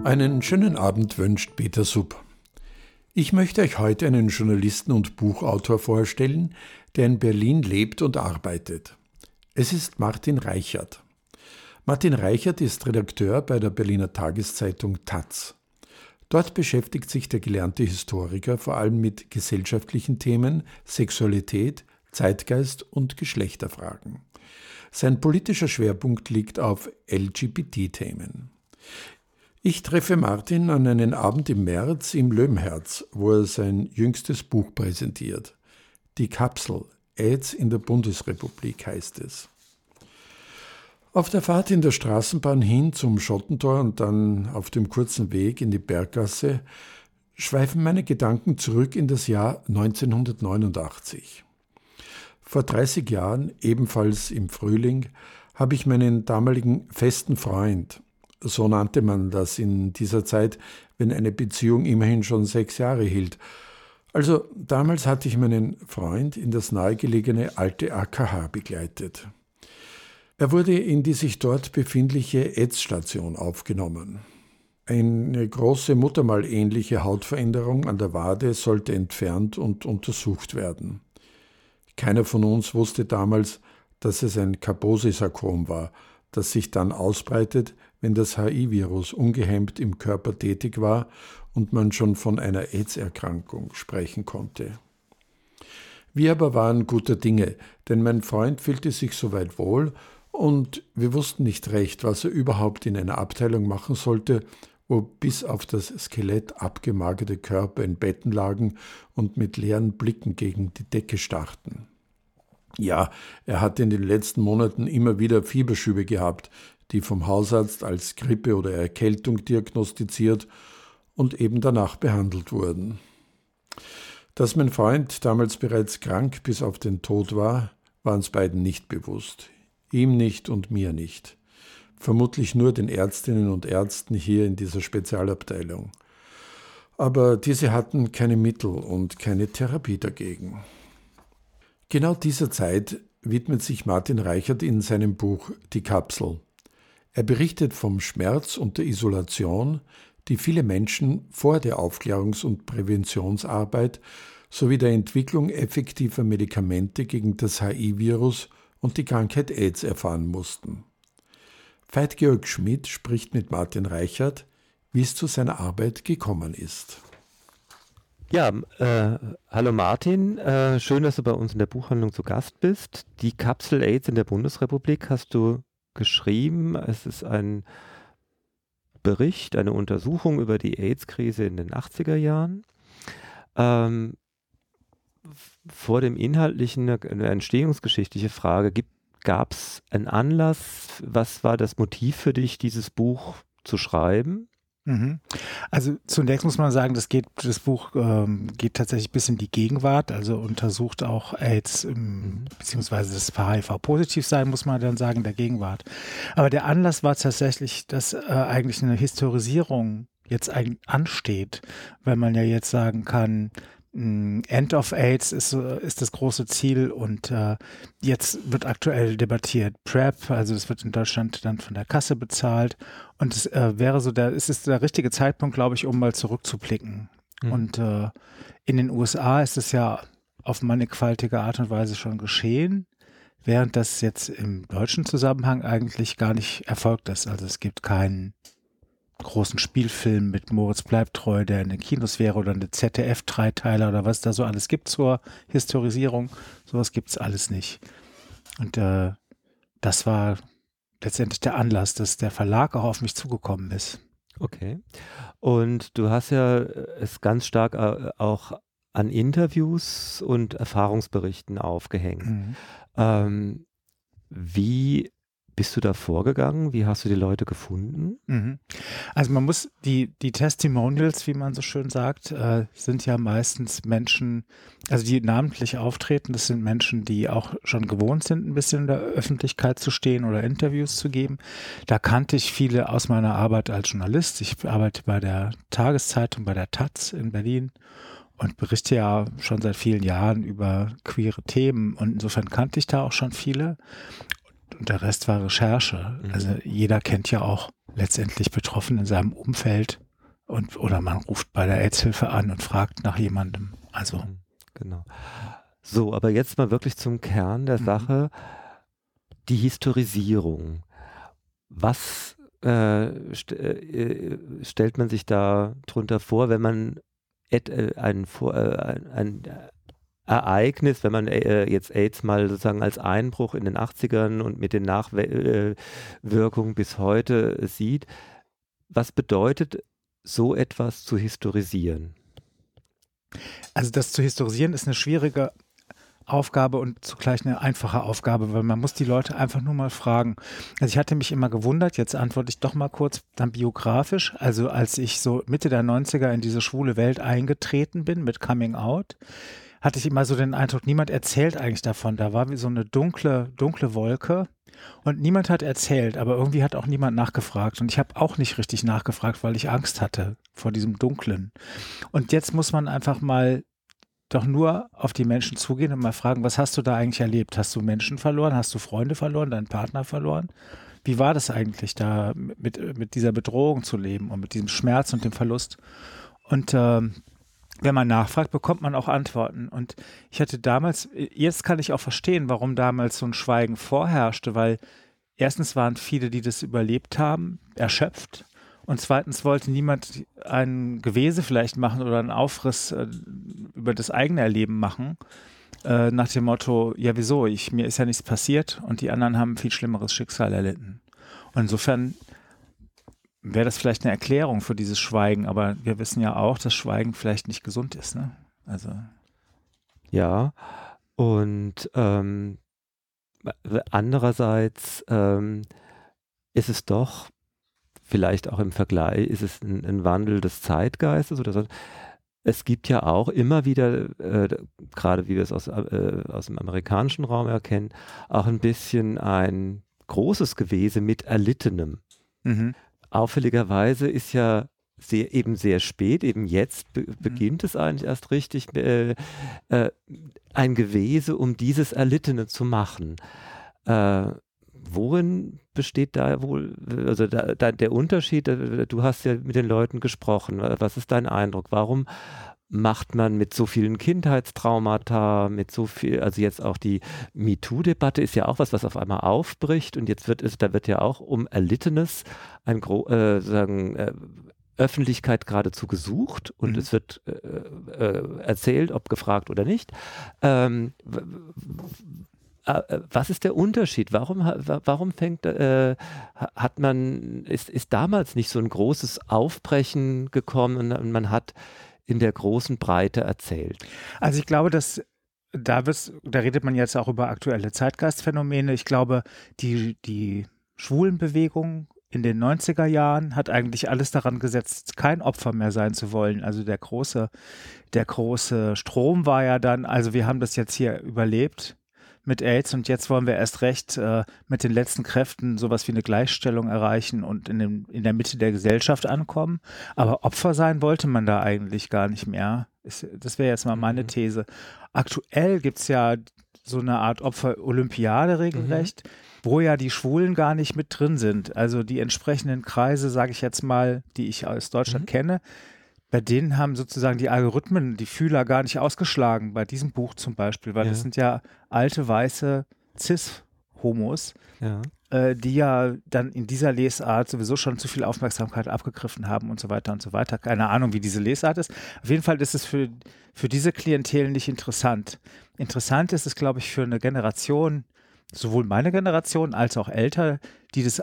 Einen schönen Abend wünscht Peter Supp. Ich möchte euch heute einen Journalisten und Buchautor vorstellen, der in Berlin lebt und arbeitet. Es ist Martin Reichert. Martin Reichert ist Redakteur bei der Berliner Tageszeitung taz. Dort beschäftigt sich der gelernte Historiker vor allem mit gesellschaftlichen Themen, Sexualität, Zeitgeist und Geschlechterfragen. Sein politischer Schwerpunkt liegt auf LGBT-Themen. Ich treffe Martin an einem Abend im März im Löwenherz, wo er sein jüngstes Buch präsentiert. Die Kapsel, AIDS in der Bundesrepublik heißt es. Auf der Fahrt in der Straßenbahn hin zum Schottentor und dann auf dem kurzen Weg in die Berggasse schweifen meine Gedanken zurück in das Jahr 1989. Vor 30 Jahren, ebenfalls im Frühling, habe ich meinen damaligen festen Freund, so nannte man das in dieser Zeit, wenn eine Beziehung immerhin schon 6 Jahre hielt. Also damals hatte ich meinen Freund in das nahegelegene alte AKH begleitet. Er wurde in die sich dort befindliche AIDS-Station aufgenommen. Eine große muttermalähnliche Hautveränderung an der Wade sollte entfernt und untersucht werden. Keiner von uns wusste damals, dass es ein Kaposi-Sarkom war, das sich dann ausbreitet, wenn das HIV-Virus ungehemmt im Körper tätig war und man schon von einer AIDS-Erkrankung sprechen konnte. Wir aber waren guter Dinge, denn mein Freund fühlte sich soweit wohl und wir wussten nicht recht, was er überhaupt in einer Abteilung machen sollte, wo bis auf das Skelett abgemagerte Körper in Betten lagen und mit leeren Blicken gegen die Decke starrten. Ja, er hatte in den letzten Monaten immer wieder Fieberschübe gehabt, die vom Hausarzt als Grippe oder Erkältung diagnostiziert und eben danach behandelt wurden. Dass mein Freund damals bereits krank bis auf den Tod war uns beiden nicht bewusst. Ihm nicht und mir nicht. Vermutlich nur den Ärztinnen und Ärzten hier in dieser Spezialabteilung. Aber diese hatten keine Mittel und keine Therapie dagegen. Genau dieser Zeit widmet sich Martin Reichert in seinem Buch Die Kapsel. Er berichtet vom Schmerz und der Isolation, die viele Menschen vor der Aufklärungs- und Präventionsarbeit sowie der Entwicklung effektiver Medikamente gegen das HIV-Virus und die Krankheit AIDS erfahren mussten. Veit-Georg Schmidt spricht mit Martin Reichert, wie es zu seiner Arbeit gekommen ist. Ja, hallo Martin, schön, dass du bei uns in der Buchhandlung zu Gast bist. Die Kapsel AIDS in der Bundesrepublik hast du geschrieben. Es ist ein Bericht, eine Untersuchung über die AIDS-Krise in den 80er Jahren. Vor dem Inhaltlichen eine entstehungsgeschichtliche Frage. Gab es einen Anlass? Was war das Motiv für dich, dieses Buch zu schreiben? Also zunächst muss man sagen, das Buch geht tatsächlich bis in die Gegenwart, also untersucht auch AIDS, beziehungsweise das HIV-Positiv-Sein, muss man dann sagen, in der Gegenwart. Aber der Anlass war tatsächlich, dass eigentlich eine Historisierung jetzt ansteht, weil man ja jetzt sagen kann, End of AIDS ist das große Ziel und jetzt wird aktuell debattiert PrEP, also es wird in Deutschland dann von der Kasse bezahlt und es es ist der richtige Zeitpunkt, glaube ich, um mal zurückzublicken. Und in den USA ist es ja auf mannigfaltige Art und Weise schon geschehen, während das jetzt im deutschen Zusammenhang eigentlich gar nicht erfolgt ist. Also es gibt keinen großen Spielfilm mit Moritz bleibt treu, der in den Kinos wäre, oder eine ZDF-Dreiteiler oder was da so alles gibt zur Historisierung. Sowas gibt es alles nicht. Und das war letztendlich der Anlass, dass der Verlag auch auf mich zugekommen ist. Okay. Und du hast ja es ganz stark auch an Interviews und Erfahrungsberichten aufgehängt. Wie bist du da vorgegangen? Wie hast du die Leute gefunden? Also man muss, die Testimonials, wie man so schön sagt, sind ja meistens Menschen, also die namentlich auftreten, das sind Menschen, die auch schon gewohnt sind, ein bisschen in der Öffentlichkeit zu stehen oder Interviews zu geben. Da kannte ich viele aus meiner Arbeit als Journalist. Ich arbeite bei der Tageszeitung, bei der taz in Berlin und berichte ja schon seit vielen Jahren über queere Themen und insofern kannte ich da auch schon viele. Und der Rest war Recherche. Also jeder kennt ja auch letztendlich betroffen in seinem Umfeld oder man ruft bei der AIDS-Hilfe an und fragt nach jemandem. Also genau. So, aber jetzt mal wirklich zum Kern der Sache, die Historisierung. Was stellt man sich da drunter vor, wenn man ein Ereignis, wenn man jetzt AIDS mal sozusagen als Einbruch in den 80ern und mit den Nachwirkungen bis heute sieht? Was bedeutet so etwas zu historisieren? Also das zu historisieren ist eine schwierige Aufgabe und zugleich eine einfache Aufgabe, weil man muss die Leute einfach nur mal fragen. Also ich hatte mich immer gewundert, jetzt antworte ich doch mal kurz dann biografisch. Also als ich so Mitte der 90er in diese schwule Welt eingetreten bin mit Coming Out, hatte ich immer so den Eindruck, niemand erzählt eigentlich davon. Da war wie so eine dunkle Wolke und niemand hat erzählt, aber irgendwie hat auch niemand nachgefragt. Und ich habe auch nicht richtig nachgefragt, weil ich Angst hatte vor diesem Dunklen. Und jetzt muss man einfach mal doch nur auf die Menschen zugehen und mal fragen, was hast du da eigentlich erlebt? Hast du Menschen verloren? Hast du Freunde verloren? Deinen Partner verloren? Wie war das eigentlich da mit dieser Bedrohung zu leben und mit diesem Schmerz und dem Verlust? Und wenn man nachfragt, bekommt man auch Antworten. Und ich hatte damals, jetzt kann ich auch verstehen, warum damals so ein Schweigen vorherrschte, weil erstens waren viele, die das überlebt haben, erschöpft. Und zweitens wollte niemand ein Gewese vielleicht machen oder einen Aufriss über das eigene Erleben machen, nach dem Motto, ja wieso, mir ist ja nichts passiert und die anderen haben ein viel schlimmeres Schicksal erlitten. Und insofern wäre das vielleicht eine Erklärung für dieses Schweigen, aber wir wissen ja auch, dass Schweigen vielleicht nicht gesund ist. Ne? Also. Ja, und andererseits ist es doch vielleicht auch im Vergleich, ist es ein Wandel des Zeitgeistes oder so. Es gibt ja auch immer wieder, gerade wie wir es aus dem amerikanischen Raum erkennen, auch ein bisschen ein großes Gewese mit Erlittenem. Mhm. Auffälligerweise ist ja sehr spät, eben jetzt beginnt es eigentlich erst richtig, ein Gewese, um dieses Erlittene zu machen. Worin besteht da wohl, also der Unterschied? Du hast ja mit den Leuten gesprochen. Was ist dein Eindruck? Warum macht man mit so vielen Kindheitstraumata, mit so viel, also jetzt auch die MeToo-Debatte ist ja auch was auf einmal aufbricht und jetzt da wird ja auch um Erlittenes Öffentlichkeit geradezu gesucht und es wird erzählt, ob gefragt oder nicht. Was ist der Unterschied? Warum ist damals nicht so ein großes Aufbrechen gekommen und man hat in der großen Breite erzählt? Also ich glaube, dass da redet man jetzt auch über aktuelle Zeitgeistphänomene. Ich glaube, die Schwulenbewegung in den 90er Jahren hat eigentlich alles daran gesetzt, kein Opfer mehr sein zu wollen. Also der große Strom war ja dann, also wir haben das jetzt hier überlebt mit AIDS und jetzt wollen wir erst recht mit den letzten Kräften sowas wie eine Gleichstellung erreichen und in der Mitte der Gesellschaft ankommen. Aber Opfer sein wollte man da eigentlich gar nicht mehr. Das wäre jetzt mal meine These. Aktuell gibt es ja so eine Art Opfer-Olympiade regelrecht, wo ja die Schwulen gar nicht mit drin sind. Also die entsprechenden Kreise, sage ich jetzt mal, die ich aus Deutschland kenne, bei denen haben sozusagen die Algorithmen die Fühler gar nicht ausgeschlagen, bei diesem Buch zum Beispiel, weil das sind ja alte, weiße Cis-Homos, die ja dann in dieser Lesart sowieso schon zu viel Aufmerksamkeit abgegriffen haben und so weiter und so weiter. Keine Ahnung, wie diese Lesart ist. Auf jeden Fall ist es für diese Klientel nicht interessant. Interessant ist es, glaube ich, für eine Generation, sowohl meine Generation als auch älter, die das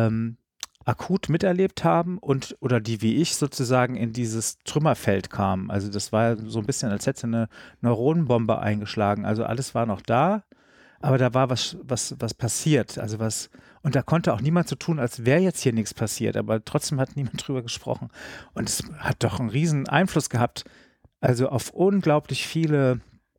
akut miterlebt haben oder die wie ich sozusagen in dieses Trümmerfeld kamen. Also das war so ein bisschen, als hätte eine Neuronenbombe eingeschlagen. Also alles war noch da, aber da war was passiert. Also und da konnte auch niemand so tun, als wäre jetzt hier nichts passiert, aber trotzdem hat niemand drüber gesprochen. Und es hat doch einen riesen Einfluss gehabt, also auf unglaublich viele,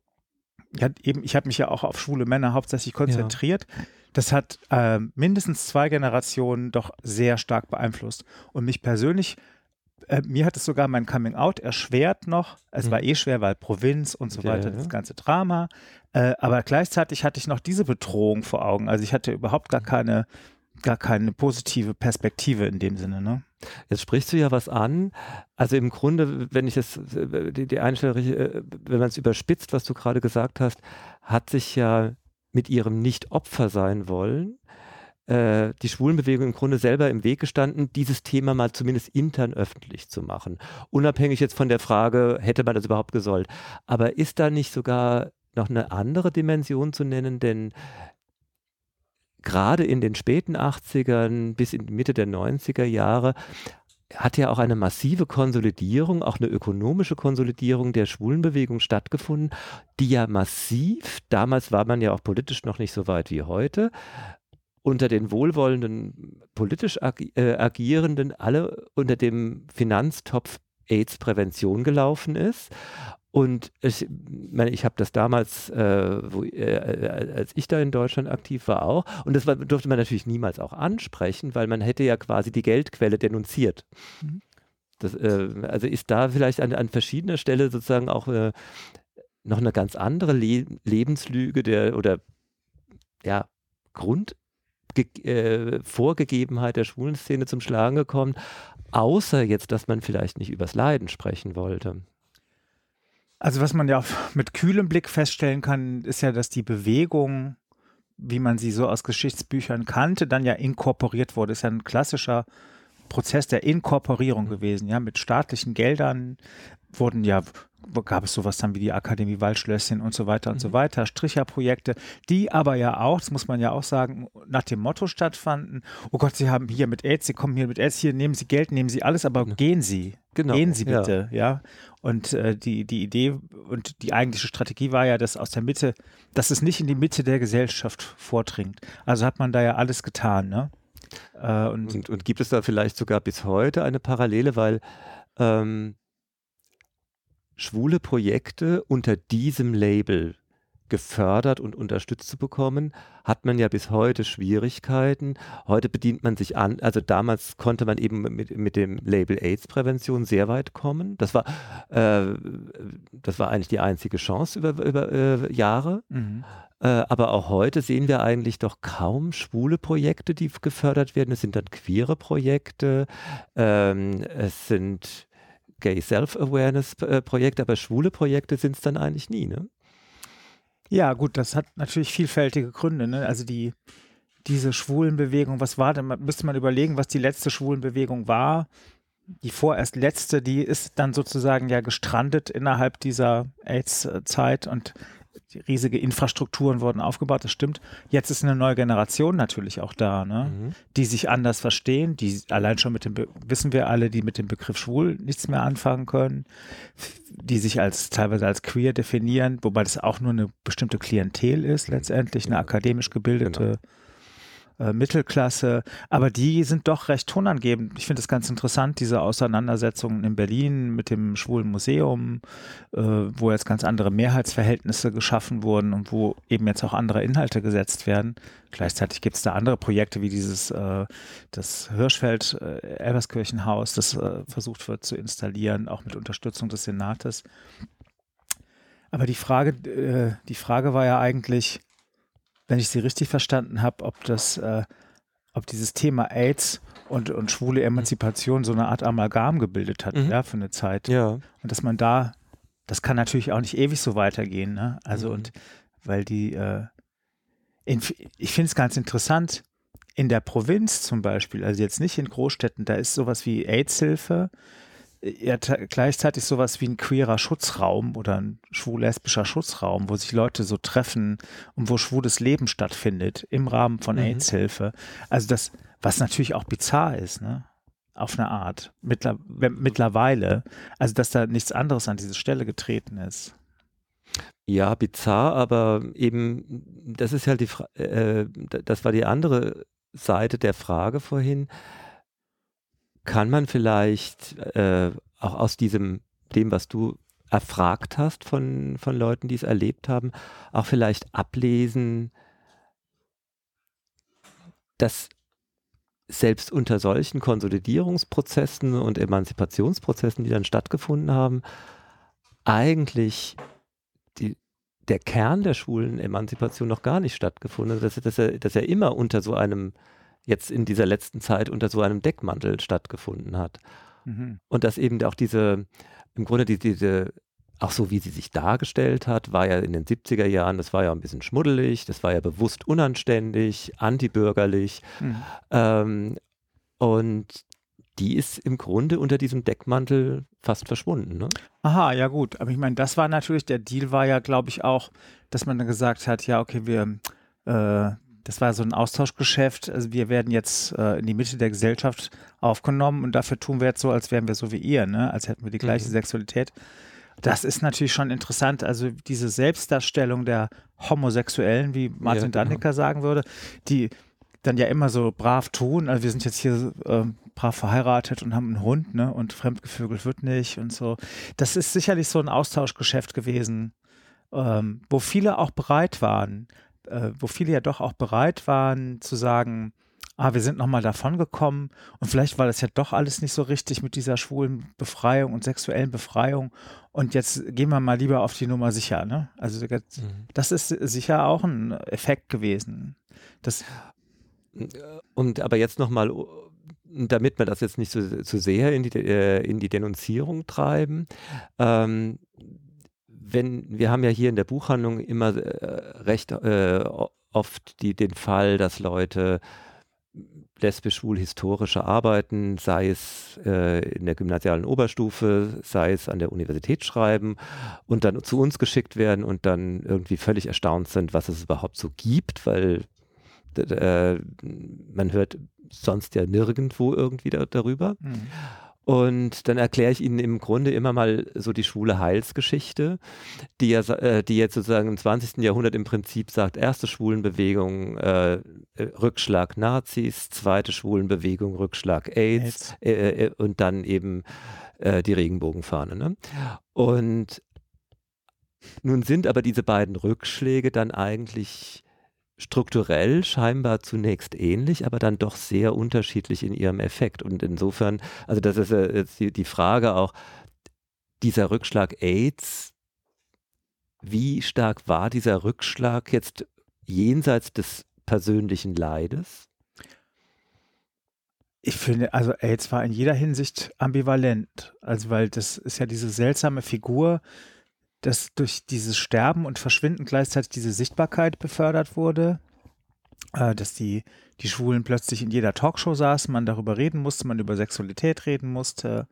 ich habe mich ja auch auf schwule Männer hauptsächlich konzentriert. Ja. Das hat mindestens 2 Generationen doch sehr stark beeinflusst. Und mich persönlich, mir hat es sogar mein Coming-out erschwert noch. Es war schwer, weil Provinz und so weiter, das ganze Drama. Aber gleichzeitig hatte ich noch diese Bedrohung vor Augen. Also ich hatte überhaupt gar keine gar keine positive Perspektive in dem Sinne, ne? Jetzt sprichst du ja was an. Also im Grunde, wenn ich das, die Einstellung, wenn man es überspitzt, was du gerade gesagt hast, hat sich ja mit ihrem Nicht-Opfer sein wollen, die Schwulenbewegung im Grunde selber im Weg gestanden, dieses Thema mal zumindest intern öffentlich zu machen. Unabhängig jetzt von der Frage, hätte man das überhaupt gesollt. Aber ist da nicht sogar noch eine andere Dimension zu nennen? Denn gerade in den späten 80ern bis in die Mitte der 90er Jahre hat ja auch eine massive Konsolidierung, auch eine ökonomische Konsolidierung der Schwulenbewegung stattgefunden, die ja massiv, damals war man ja auch politisch noch nicht so weit wie heute, unter den wohlwollenden, politisch Agierenden alle unter dem Finanztopf AIDS-Prävention gelaufen ist. Und ich meine, ich habe das damals, als ich da in Deutschland aktiv war, auch. Und das durfte man natürlich niemals auch ansprechen, weil man hätte ja quasi die Geldquelle denunziert. Mhm. Das, also ist da vielleicht an verschiedener Stelle sozusagen auch noch eine ganz andere Lebenslüge oder ja, Vorgegebenheit der Schwulenszene zum Schlagen gekommen, außer jetzt, dass man vielleicht nicht übers Leiden sprechen wollte. Also was man ja mit kühlem Blick feststellen kann, ist ja, dass die Bewegung, wie man sie so aus Geschichtsbüchern kannte, dann ja inkorporiert wurde. Ist ja ein klassischer Prozess der Inkorporierung gewesen. Ja, mit staatlichen Geldern gab es sowas dann wie die Akademie Waldschlösschen und so weiter und so weiter, Stricherprojekte, die aber ja auch, das muss man ja auch sagen, nach dem Motto stattfanden, oh Gott, Sie haben hier mit AIDS, Sie kommen hier mit AIDS, hier nehmen Sie Geld, nehmen Sie alles, aber gehen Sie. Genau, gehen Sie bitte, ja. Und die Idee und die eigentliche Strategie war ja, dass aus der Mitte, dass es nicht in die Mitte der Gesellschaft vordringt. Also hat man da ja alles getan, ne? Und gibt es da vielleicht sogar bis heute eine Parallele, weil schwule Projekte unter diesem Label gefördert und unterstützt zu bekommen, hat man ja bis heute Schwierigkeiten. Heute bedient man sich an, also damals konnte man eben mit dem Label AIDS-Prävention sehr weit kommen. Das war eigentlich die einzige Chance über Jahre. Mhm. Aber auch heute sehen wir eigentlich doch kaum schwule Projekte, die gefördert werden. Es sind dann queere Projekte, es sind Gay Self-Awareness-Projekte, aber schwule Projekte sind es dann eigentlich nie, ne? Ja, gut, das hat natürlich vielfältige Gründe, ne? Also diese Schwulenbewegung, was war denn, müsste man überlegen, was die letzte Schwulenbewegung war. Die vorerst letzte, die ist dann sozusagen ja gestrandet innerhalb dieser AIDS-Zeit und die riesige Infrastrukturen wurden aufgebaut, das stimmt. Jetzt ist eine neue Generation natürlich auch da, ne? Die sich anders verstehen, die allein schon wissen wir alle, die mit dem Begriff schwul nichts mehr anfangen können, die sich teilweise als queer definieren, wobei das auch nur eine bestimmte Klientel ist, letztendlich eine akademisch gebildete Mittelklasse, aber die sind doch recht tonangebend. Ich finde es ganz interessant, diese Auseinandersetzungen in Berlin mit dem Schwulen Museum, wo jetzt ganz andere Mehrheitsverhältnisse geschaffen wurden und wo eben jetzt auch andere Inhalte gesetzt werden. Gleichzeitig gibt es da andere Projekte wie das Hirschfeld-Elverskirchenhaus, das versucht wird zu installieren, auch mit Unterstützung des Senates. Aber die Frage war ja eigentlich, wenn ich sie richtig verstanden habe, ob dieses Thema AIDS und schwule Emanzipation so eine Art Amalgam gebildet hat, ja, für eine Zeit. Ja. Und dass man das kann natürlich auch nicht ewig so weitergehen, ne? Also und weil ich finde es ganz interessant, in der Provinz zum Beispiel, also jetzt nicht in Großstädten, da ist sowas wie AIDS-Hilfe, ja, gleichzeitig sowas wie ein queerer Schutzraum oder ein schwul-lesbischer Schutzraum, wo sich Leute so treffen und wo schwules Leben stattfindet im Rahmen von AIDS-Hilfe. Also das, was natürlich auch bizarr ist, ne? Auf eine Art. Mittlerweile. Also dass da nichts anderes an diese Stelle getreten ist. Ja, bizarr, aber eben, das ist halt das war die andere Seite der Frage vorhin. Kann man vielleicht auch aus dem, was du erfragt hast von Leuten, die es erlebt haben, auch vielleicht ablesen, dass selbst unter solchen Konsolidierungsprozessen und Emanzipationsprozessen, die dann stattgefunden haben, eigentlich der Kern der schwulen Emanzipation noch gar nicht stattgefunden hat, dass er immer unter so einem jetzt in dieser letzten Zeit unter so einem Deckmantel stattgefunden hat. Und dass eben auch diese auch so wie sie sich dargestellt hat, war ja in den 70er Jahren, das war ja ein bisschen schmuddelig, das war ja bewusst unanständig, antibürgerlich. Und die ist im Grunde unter diesem Deckmantel fast verschwunden, ne? Aha, ja gut. Aber ich meine, das war natürlich, der Deal war ja, glaube ich, auch, dass man dann gesagt hat, ja, okay, das war so ein Austauschgeschäft, also wir werden jetzt in die Mitte der Gesellschaft aufgenommen und dafür tun wir jetzt so, als wären wir so wie ihr, ne? Als hätten wir die gleiche Sexualität. Das ist natürlich schon interessant, also diese Selbstdarstellung der Homosexuellen, wie Martin Dannecker sagen würde, die dann ja immer so brav tun, also wir sind jetzt hier brav verheiratet und haben einen Hund, ne, und fremdgevögelt wird nicht und so. Das ist sicherlich so ein Austauschgeschäft gewesen, wo viele auch bereit waren, wo viele ja doch auch bereit waren zu sagen, wir sind nochmal davon gekommen und vielleicht war das ja doch alles nicht so richtig mit dieser schwulen Befreiung und sexuellen Befreiung und jetzt gehen wir mal lieber auf die Nummer sicher, ne? Also das ist sicher auch ein Effekt gewesen. Und aber jetzt nochmal, damit wir das jetzt nicht zu sehr in die Denunzierung treiben, wir haben ja hier in der Buchhandlung immer recht oft den Fall, dass Leute lesbisch-schwul historische Arbeiten, sei es in der gymnasialen Oberstufe, sei es an der Universität schreiben und dann zu uns geschickt werden und dann irgendwie völlig erstaunt sind, was es überhaupt so gibt, weil man hört sonst ja nirgendwo irgendwie darüber. Und dann erkläre ich Ihnen im Grunde immer mal so die schwule Heilsgeschichte, die jetzt sozusagen im 20. Jahrhundert im Prinzip sagt, erste Schwulenbewegung, Rückschlag Nazis, zweite Schwulenbewegung, Rückschlag AIDS. Und dann eben die Regenbogenfahne. Ne? Und nun sind aber diese beiden Rückschläge dann eigentlich strukturell scheinbar zunächst ähnlich, aber dann doch sehr unterschiedlich in ihrem Effekt. Und insofern, also das ist jetzt die Frage auch, dieser Rückschlag AIDS, wie stark war dieser Rückschlag jetzt jenseits des persönlichen Leides? Ich finde, also AIDS war in jeder Hinsicht ambivalent. Also weil das ist ja diese seltsame Figur, dass durch dieses Sterben und Verschwinden gleichzeitig diese Sichtbarkeit befördert wurde, dass die Schwulen plötzlich in jeder Talkshow saßen, man darüber reden musste, man über Sexualität reden musste.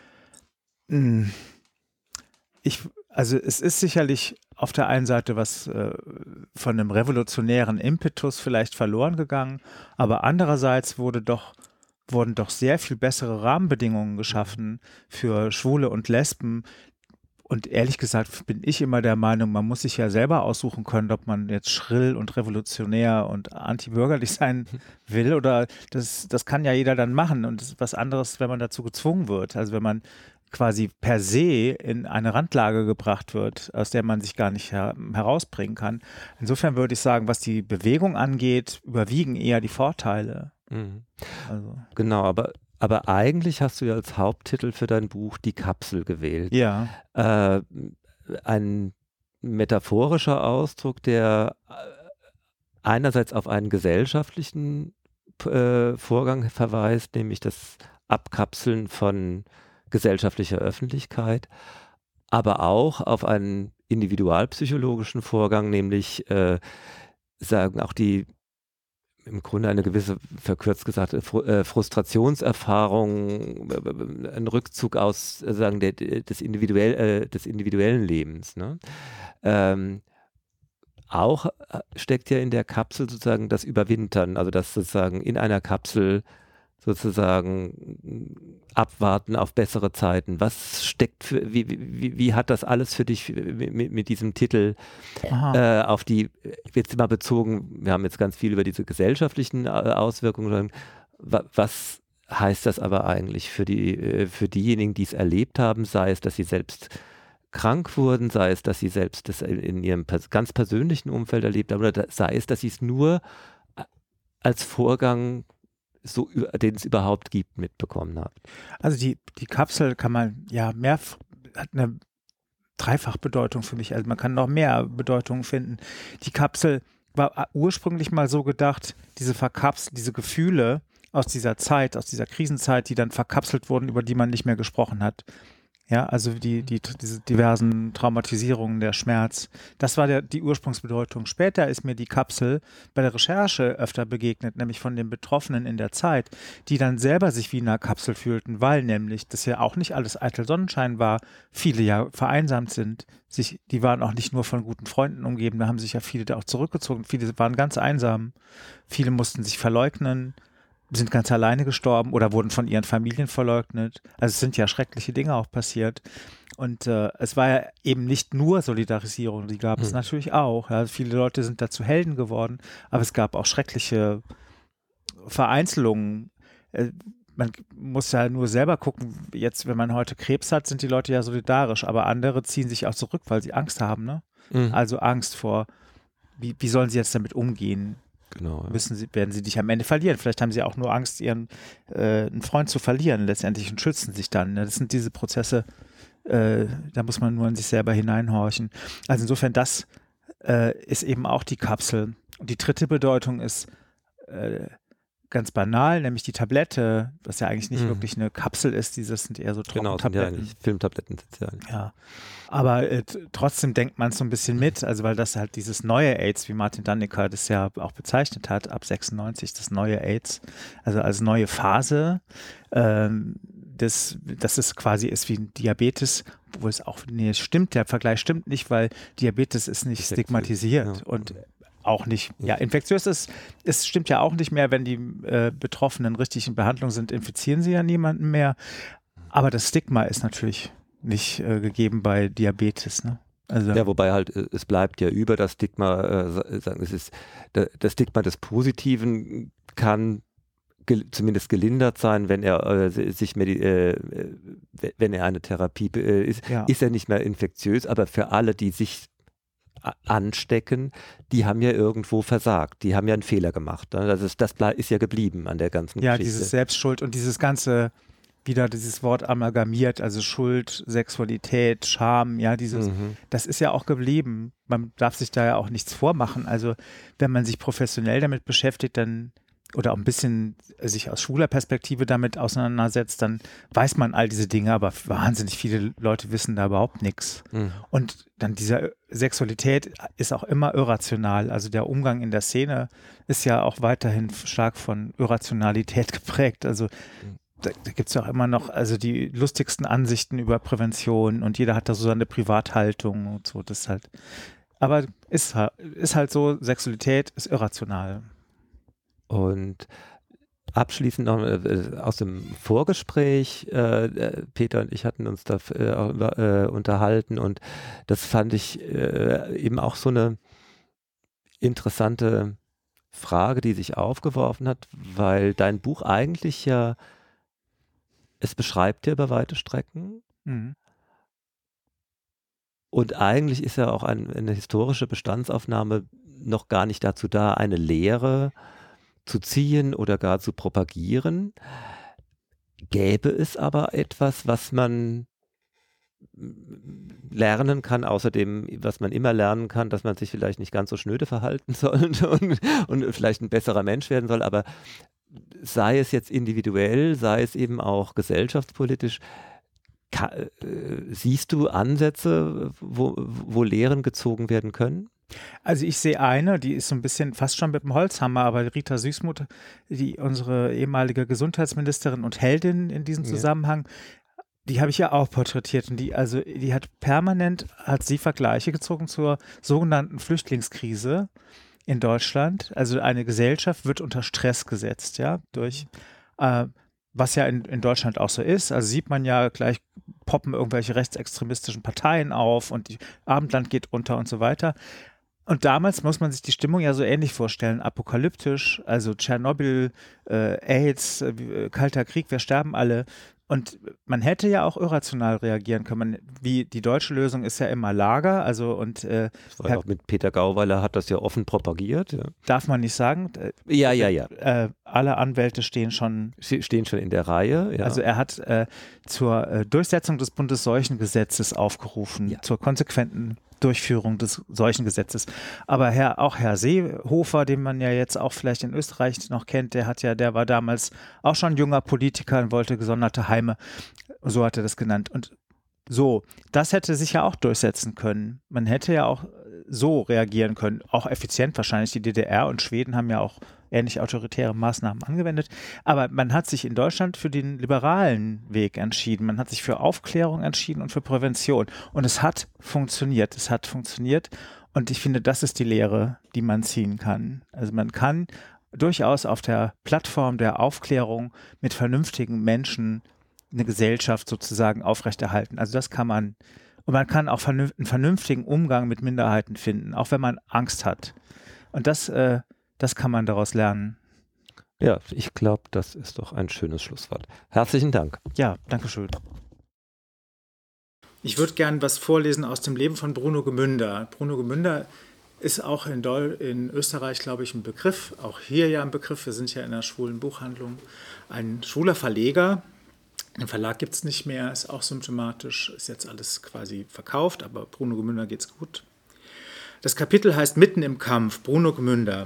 Also es ist sicherlich auf der einen Seite was von einem revolutionären Impetus vielleicht verloren gegangen, aber andererseits wurden doch sehr viel bessere Rahmenbedingungen geschaffen für Schwule und Lesben. Und ehrlich gesagt bin ich immer der Meinung, man muss sich ja selber aussuchen können, ob man jetzt schrill und revolutionär und antibürgerlich sein will oder das kann ja jeder dann machen und das ist was anderes, wenn man dazu gezwungen wird. Also wenn man quasi per se in eine Randlage gebracht wird, aus der man sich gar nicht herausbringen kann. Insofern würde ich sagen, was die Bewegung angeht, überwiegen eher die Vorteile. Also. Genau, aber eigentlich hast du ja als Haupttitel für dein Buch die Kapsel gewählt. Ja. Ein metaphorischer Ausdruck, der einerseits auf einen gesellschaftlichen Vorgang verweist, nämlich das Abkapseln von gesellschaftlicher Öffentlichkeit, aber auch auf einen individualpsychologischen Vorgang, nämlich sagen auch im Grunde eine gewisse, verkürzt gesagt, Frustrationserfahrung, ein Rückzug aus sagen, des individuellen Lebens. Ne? Auch steckt ja in der Kapsel sozusagen das Überwintern, also das sozusagen in einer Kapsel sozusagen abwarten auf bessere Zeiten. Was steckt wie hat das alles für dich mit diesem Titel auf die, jetzt mal bezogen, wir haben jetzt ganz viel über diese gesellschaftlichen Auswirkungen, was heißt das aber eigentlich für diejenigen, die es erlebt haben, sei es, dass sie selbst krank wurden, sei es, dass sie selbst das in ihrem ganz persönlichen Umfeld erlebt haben, oder sei es, dass sie es nur als Vorgang den es überhaupt gibt, mitbekommen habt. Also die Kapsel kann man ja hat eine Dreifachbedeutung für mich. Also man kann noch mehr Bedeutungen finden. Die Kapsel war ursprünglich mal so gedacht, diese Gefühle aus dieser Zeit, aus dieser Krisenzeit, die dann verkapselt wurden, über die man nicht mehr gesprochen hat. Ja, also diese diversen Traumatisierungen, der Schmerz, das war die Ursprungsbedeutung. Später ist mir die Kapsel bei der Recherche öfter begegnet, nämlich von den Betroffenen in der Zeit, die dann selber sich wie in einer Kapsel fühlten, weil nämlich das ja auch nicht alles eitel Sonnenschein war, viele ja vereinsamt sind, die waren auch nicht nur von guten Freunden umgeben, da haben sich ja viele da auch zurückgezogen, viele waren ganz einsam, viele mussten sich verleugnen, sind ganz alleine gestorben oder wurden von ihren Familien verleugnet. Also es sind ja schreckliche Dinge auch passiert. Und es war ja eben nicht nur Solidarisierung, die gab es natürlich auch. Ja. Viele Leute sind dazu Helden geworden, aber es gab auch schreckliche Vereinzelungen. Man muss ja nur selber gucken, jetzt, wenn man heute Krebs hat, sind die Leute ja solidarisch, aber andere ziehen sich auch zurück, weil sie Angst haben. Ne? Also Angst vor, wie sollen sie jetzt damit umgehen? Genau. Ja. Werden sie dich am Ende verlieren. Vielleicht haben sie auch nur Angst, ihren einen Freund zu verlieren letztendlich und schützen sich dann. Ne? Das sind diese Prozesse, da muss man nur in sich selber hineinhorchen. Also insofern, das ist eben auch die Kapsel. Und die dritte Bedeutung ist ganz banal, nämlich die Tablette, was ja eigentlich nicht wirklich eine Kapsel ist, das sind eher so Trockentabletten. Genau, sind ja eigentlich Filmtabletten. Ja, aber trotzdem denkt man so ein bisschen mit, also weil das halt dieses neue AIDS, wie Martin Dannecker das ja auch bezeichnet hat, ab 96, das neue AIDS, also als neue Phase, das ist quasi wie ein Diabetes, wo es auch, stimmt, der Vergleich stimmt nicht, weil Diabetes ist nicht stigmatisiert und auch nicht, infektiös ist, es stimmt ja auch nicht mehr, wenn die Betroffenen richtig in Behandlung sind, infizieren sie ja niemanden mehr, aber das Stigma ist natürlich nicht gegeben bei Diabetes, ne? Also ja, wobei halt, es bleibt ja über das Stigma, es ist, das Stigma des Positiven kann zumindest gelindert sein, wenn er wenn er eine Therapie ist, ist er nicht mehr infektiös, aber für alle, die sich anstecken, die haben ja irgendwo versagt, die haben ja einen Fehler gemacht. Das ist ja geblieben an der ganzen Geschichte. Ja, diese Selbstschuld und dieses ganze, wieder dieses Wort amalgamiert, also Schuld, Sexualität, Scham, ja, das ist ja auch geblieben. Man darf sich da ja auch nichts vormachen. Also wenn man sich professionell damit beschäftigt, dann oder auch ein bisschen sich aus schwuler Perspektive damit auseinandersetzt, dann weiß man all diese Dinge, aber wahnsinnig viele Leute wissen da überhaupt nichts. Und dann diese Sexualität ist auch immer irrational. Also der Umgang in der Szene ist ja auch weiterhin stark von Irrationalität geprägt. Also da gibt es ja auch immer noch also die lustigsten Ansichten über Prävention und jeder hat da so seine Privathaltung und so. Das halt, aber ist halt so, Sexualität ist irrational. Und abschließend noch aus dem Vorgespräch, Peter und ich hatten uns da unterhalten und das fand ich eben auch so eine interessante Frage, die sich aufgeworfen hat, weil dein Buch eigentlich ja, es beschreibt ja über weite Strecken und eigentlich ist ja auch eine historische Bestandsaufnahme noch gar nicht dazu da, eine Lehre zu ziehen oder gar zu propagieren. Gäbe es aber etwas, was man lernen kann, außerdem, was man immer lernen kann, dass man sich vielleicht nicht ganz so schnöde verhalten soll und vielleicht ein besserer Mensch werden soll, aber sei es jetzt individuell, sei es eben auch gesellschaftspolitisch, siehst du Ansätze, wo Lehren gezogen werden können? Also ich sehe eine, die ist so ein bisschen fast schon mit dem Holzhammer, aber Rita Süssmuth, unsere ehemalige Gesundheitsministerin und Heldin in diesem Zusammenhang, die habe ich ja auch porträtiert und die hat permanent, hat sie Vergleiche gezogen zur sogenannten Flüchtlingskrise in Deutschland. Also eine Gesellschaft wird unter Stress gesetzt, ja, durch was ja in Deutschland auch so ist. Also sieht man ja gleich, poppen irgendwelche rechtsextremistischen Parteien auf und die Abendland geht unter und so weiter. Und damals muss man sich die Stimmung ja so ähnlich vorstellen, apokalyptisch, also Tschernobyl, AIDS, Kalter Krieg, wir sterben alle. Und man hätte ja auch irrational reagieren können. Wie die deutsche Lösung ist ja immer Lager, also und das war ja auch mit Peter Gauweiler hat das ja offen propagiert. Ja. Darf man nicht sagen? Ja. Alle Anwälte stehen schon in der Reihe. Ja. Also er hat zur Durchsetzung des Bundesseuchengesetzes aufgerufen, zur konsequenten Durchführung des solchen Gesetzes. Aber Herr Seehofer, den man ja jetzt auch vielleicht in Österreich noch kennt, der war damals auch schon junger Politiker und wollte gesonderte Heime, so hat er das genannt. Und so, das hätte sich ja auch durchsetzen können. Man hätte ja auch so reagieren können, auch effizient wahrscheinlich. Die DDR und Schweden haben ja auch ähnlich autoritäre Maßnahmen angewendet. Aber man hat sich in Deutschland für den liberalen Weg entschieden. Man hat sich für Aufklärung entschieden und für Prävention. Und es hat funktioniert. Es hat funktioniert. Und ich finde, das ist die Lehre, die man ziehen kann. Also man kann durchaus auf der Plattform der Aufklärung mit vernünftigen Menschen eine Gesellschaft sozusagen aufrechterhalten. Also das kann man. Und man kann auch einen vernünftigen Umgang mit Minderheiten finden, auch wenn man Angst hat. Und das kann man daraus lernen. Ja, ich glaube, das ist doch ein schönes Schlusswort. Herzlichen Dank. Ja, danke schön. Ich würde gerne was vorlesen aus dem Leben von Bruno Gmünder. Bruno Gmünder ist auch in Österreich, glaube ich, ein Begriff, auch hier ja ein Begriff. Wir sind ja in einer schwulen Buchhandlung. Ein schwuler Verleger. Den Verlag gibt es nicht mehr, ist auch symptomatisch, ist jetzt alles quasi verkauft, aber Bruno Gmünder geht's gut. Das Kapitel heißt Mitten im Kampf, Bruno Gmünder.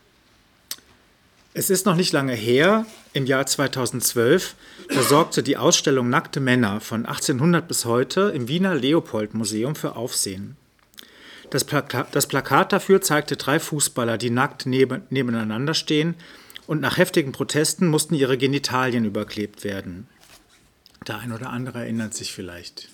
Es ist noch nicht lange her, im Jahr 2012, da sorgte die Ausstellung Nackte Männer von 1800 bis heute im Wiener Leopold-Museum für Aufsehen. Das Plakat dafür zeigte 3 Fußballer, die nackt nebeneinander stehen, und nach heftigen Protesten mussten ihre Genitalien überklebt werden. Der ein oder andere erinnert sich vielleicht.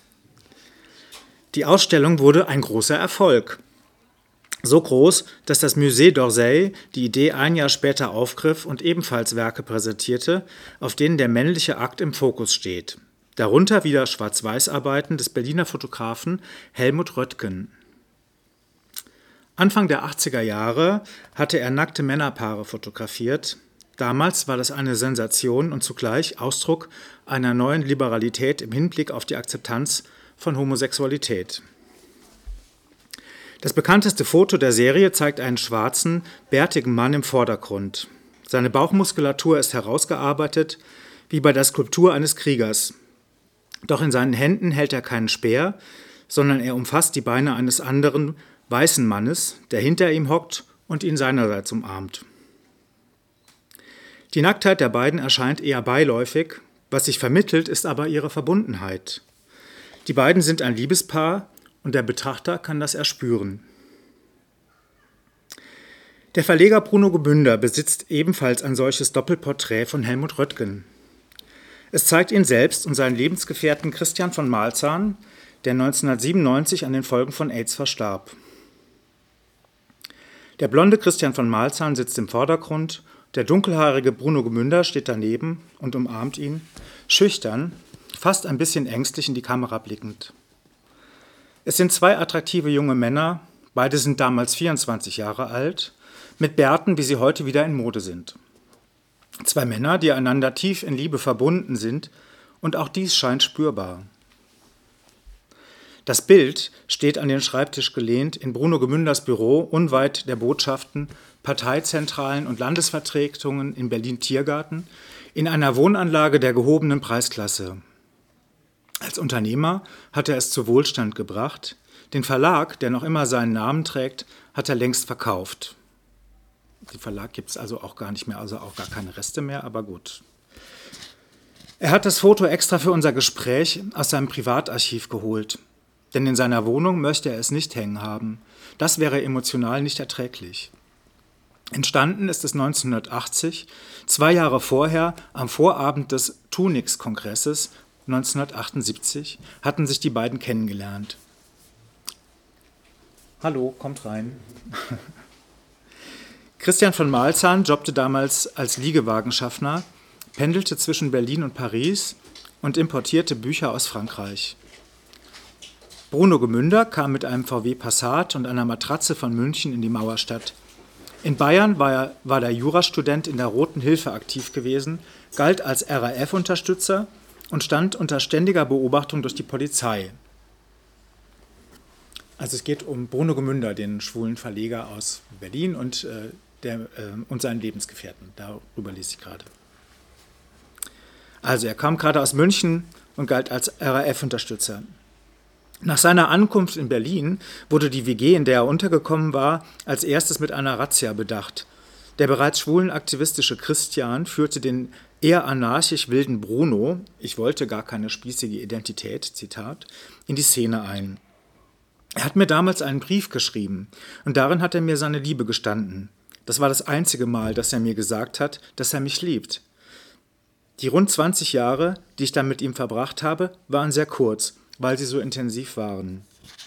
Die Ausstellung wurde ein großer Erfolg. So groß, dass das Musée d'Orsay die Idee ein Jahr später aufgriff und ebenfalls Werke präsentierte, auf denen der männliche Akt im Fokus steht. Darunter wieder Schwarz-Weiß-Arbeiten des Berliner Fotografen Helmut Röttgen. Anfang der 80er Jahre hatte er nackte Männerpaare fotografiert. Damals war das eine Sensation und zugleich Ausdruck einer neuen Liberalität im Hinblick auf die Akzeptanz von Homosexualität. Das bekannteste Foto der Serie zeigt einen schwarzen, bärtigen Mann im Vordergrund. Seine Bauchmuskulatur ist herausgearbeitet, wie bei der Skulptur eines Kriegers. Doch in seinen Händen hält er keinen Speer, sondern er umfasst die Beine eines anderen, weißen Mannes, der hinter ihm hockt und ihn seinerseits umarmt. Die Nacktheit der beiden erscheint eher beiläufig, was sich vermittelt, ist aber ihre Verbundenheit. Die beiden sind ein Liebespaar und der Betrachter kann das erspüren. Der Verleger Bruno Gmünder besitzt ebenfalls ein solches Doppelporträt von Helmut Röttgen. Es zeigt ihn selbst und seinen Lebensgefährten Christian von Malzahn, der 1997 an den Folgen von AIDS verstarb. Der blonde Christian von Malzahn sitzt im Vordergrund, der dunkelhaarige Bruno Gmünder steht daneben und umarmt ihn, schüchtern, fast ein bisschen ängstlich in die Kamera blickend. Es sind 2 attraktive junge Männer, beide sind damals 24 Jahre alt, mit Bärten, wie sie heute wieder in Mode sind. 2 Männer, die einander tief in Liebe verbunden sind, und auch dies scheint spürbar. Das Bild steht an den Schreibtisch gelehnt in Bruno Gmünders Büro unweit der Botschaften, Parteizentralen und Landesvertretungen in Berlin-Tiergarten in einer Wohnanlage der gehobenen Preisklasse. Als Unternehmer hat er es zu Wohlstand gebracht. Den Verlag, der noch immer seinen Namen trägt, hat er längst verkauft. Den Verlag gibt es also auch gar nicht mehr, also auch gar keine Reste mehr, aber gut. Er hat das Foto extra für unser Gespräch aus seinem Privatarchiv geholt. Denn in seiner Wohnung möchte er es nicht hängen haben. Das wäre emotional nicht erträglich. Entstanden ist es 1980, 2 Jahre vorher, am Vorabend des Tunix-Kongresses 1978, hatten sich die beiden kennengelernt. Hallo, kommt rein. Christian von Malzahn jobbte damals als Liegewagenschaffner, pendelte zwischen Berlin und Paris und importierte Bücher aus Frankreich. Bruno Gmünder kam mit einem VW Passat und einer Matratze von München in die Mauerstadt. In Bayern war der Jurastudent in der Roten Hilfe aktiv gewesen, galt als RAF-Unterstützer und stand unter ständiger Beobachtung durch die Polizei. Also es geht um Bruno Gmünder, den schwulen Verleger aus Berlin und seinen Lebensgefährten. Darüber lese ich gerade. Also er kam gerade aus München und galt als RAF-Unterstützer. Nach seiner Ankunft in Berlin wurde die WG, in der er untergekommen war, als erstes mit einer Razzia bedacht. Der bereits schwulenaktivistische Christian führte den eher anarchisch wilden Bruno, ich wollte gar keine spießige Identität, Zitat, in die Szene ein. Er hat mir damals einen Brief geschrieben und darin hat er mir seine Liebe gestanden. Das war das einzige Mal, dass er mir gesagt hat, dass er mich liebt. Die rund 20 Jahre, die ich dann mit ihm verbracht habe, waren sehr kurz, weil sie so intensiv waren.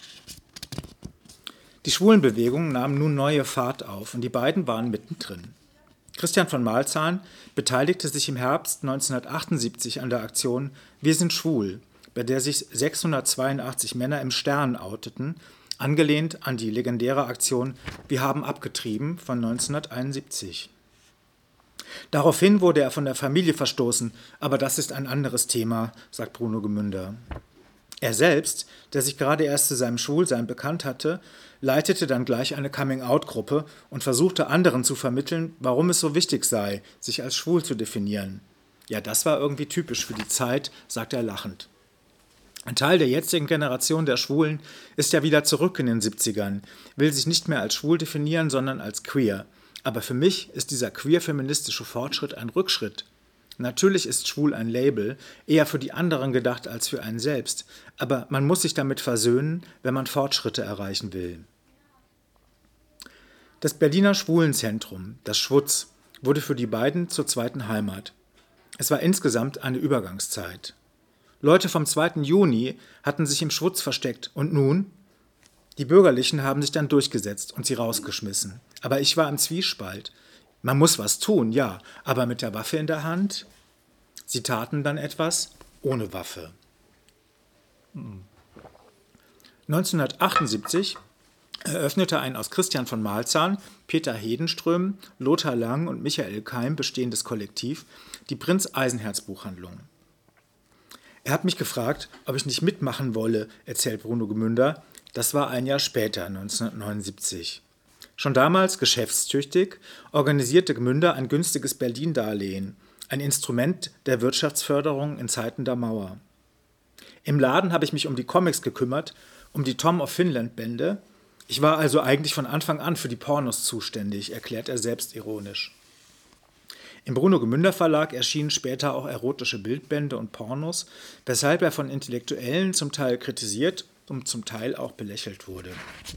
Die Schwulenbewegung nahm nun neue Fahrt auf und die beiden waren mittendrin. Christian von Malzahn beteiligte sich im Herbst 1978 an der Aktion Wir sind schwul, bei der sich 682 Männer im Stern outeten, angelehnt an die legendäre Aktion Wir haben abgetrieben von 1971. Daraufhin wurde er von der Familie verstoßen, aber das ist ein anderes Thema, sagt Bruno Gemünder. Er selbst, der sich gerade erst zu seinem Schwulsein bekannt hatte, leitete dann gleich eine Coming-out-Gruppe und versuchte anderen zu vermitteln, warum es so wichtig sei, sich als schwul zu definieren. Ja, das war irgendwie typisch für die Zeit, sagt er lachend. Ein Teil der jetzigen Generation der Schwulen ist ja wieder zurück in den 70ern, will sich nicht mehr als schwul definieren, sondern als queer. Aber für mich ist dieser queer-feministische Fortschritt ein Rückschritt. Natürlich ist schwul ein Label, eher für die anderen gedacht als für einen selbst, aber man muss sich damit versöhnen, wenn man Fortschritte erreichen will. Das Berliner Schwulenzentrum, das Schwutz, wurde für die beiden zur zweiten Heimat. Es war insgesamt eine Übergangszeit. Leute vom 2. Juni hatten sich im Schwutz versteckt und nun? Die Bürgerlichen haben sich dann durchgesetzt und sie rausgeschmissen. Aber ich war im Zwiespalt. Man muss was tun, ja, aber mit der Waffe in der Hand? Sie taten dann etwas ohne Waffe. 1978 eröffnete ein aus Christian von Malzahn, Peter Hedenström, Lothar Lang und Michael Keim bestehendes Kollektiv die Prinz-Eisenherz-Buchhandlung. Er hat mich gefragt, ob ich nicht mitmachen wolle, erzählt Bruno Gemünder. Das war ein Jahr später, 1979. Schon damals geschäftstüchtig organisierte Gemünder ein günstiges Berlin-Darlehen, ein Instrument der Wirtschaftsförderung in Zeiten der Mauer. Im Laden habe ich mich um die Comics gekümmert, um die Tom of Finland-Bände. Ich war also eigentlich von Anfang an für die Pornos zuständig, erklärt er selbstironisch. Im Bruno Gemünder Verlag erschienen später auch erotische Bildbände und Pornos, weshalb er von Intellektuellen zum Teil kritisiert und zum Teil auch belächelt wurde.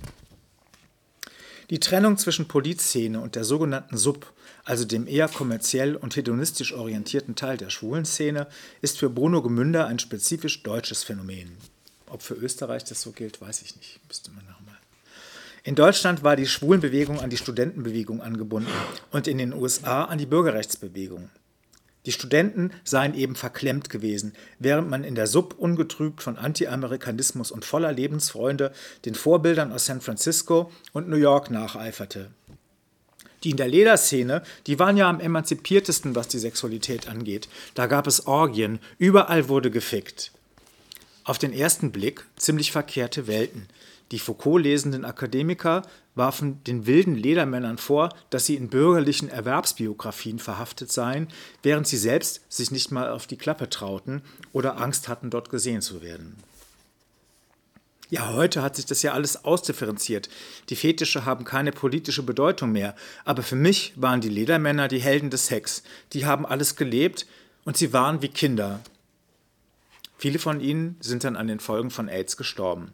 Die Trennung zwischen Polizszene und der sogenannten Sub, also dem eher kommerziell und hedonistisch orientierten Teil der Schwulenszene, ist für Bruno Gemünder ein spezifisch deutsches Phänomen. Ob für Österreich das so gilt, weiß ich nicht. Müsste man nochmal. In Deutschland war die Schwulenbewegung an die Studentenbewegung angebunden und in den USA an die Bürgerrechtsbewegung. Die Studenten seien eben verklemmt gewesen, während man in der Sub ungetrübt von Anti-Amerikanismus und voller Lebensfreunde den Vorbildern aus San Francisco und New York nacheiferte. Die in der Lederszene, die waren ja am emanzipiertesten, was die Sexualität angeht. Da gab es Orgien, überall wurde gefickt. Auf den ersten Blick ziemlich verkehrte Welten. Die Foucault-lesenden Akademiker warfen den wilden Ledermännern vor, dass sie in bürgerlichen Erwerbsbiografien verhaftet seien, während sie selbst sich nicht mal auf die Klappe trauten oder Angst hatten, dort gesehen zu werden. Ja, heute hat sich das ja alles ausdifferenziert. Die Fetische haben keine politische Bedeutung mehr. Aber für mich waren die Ledermänner die Helden des Sex. Die haben alles gelebt und sie waren wie Kinder. Viele von ihnen sind dann an den Folgen von AIDS gestorben.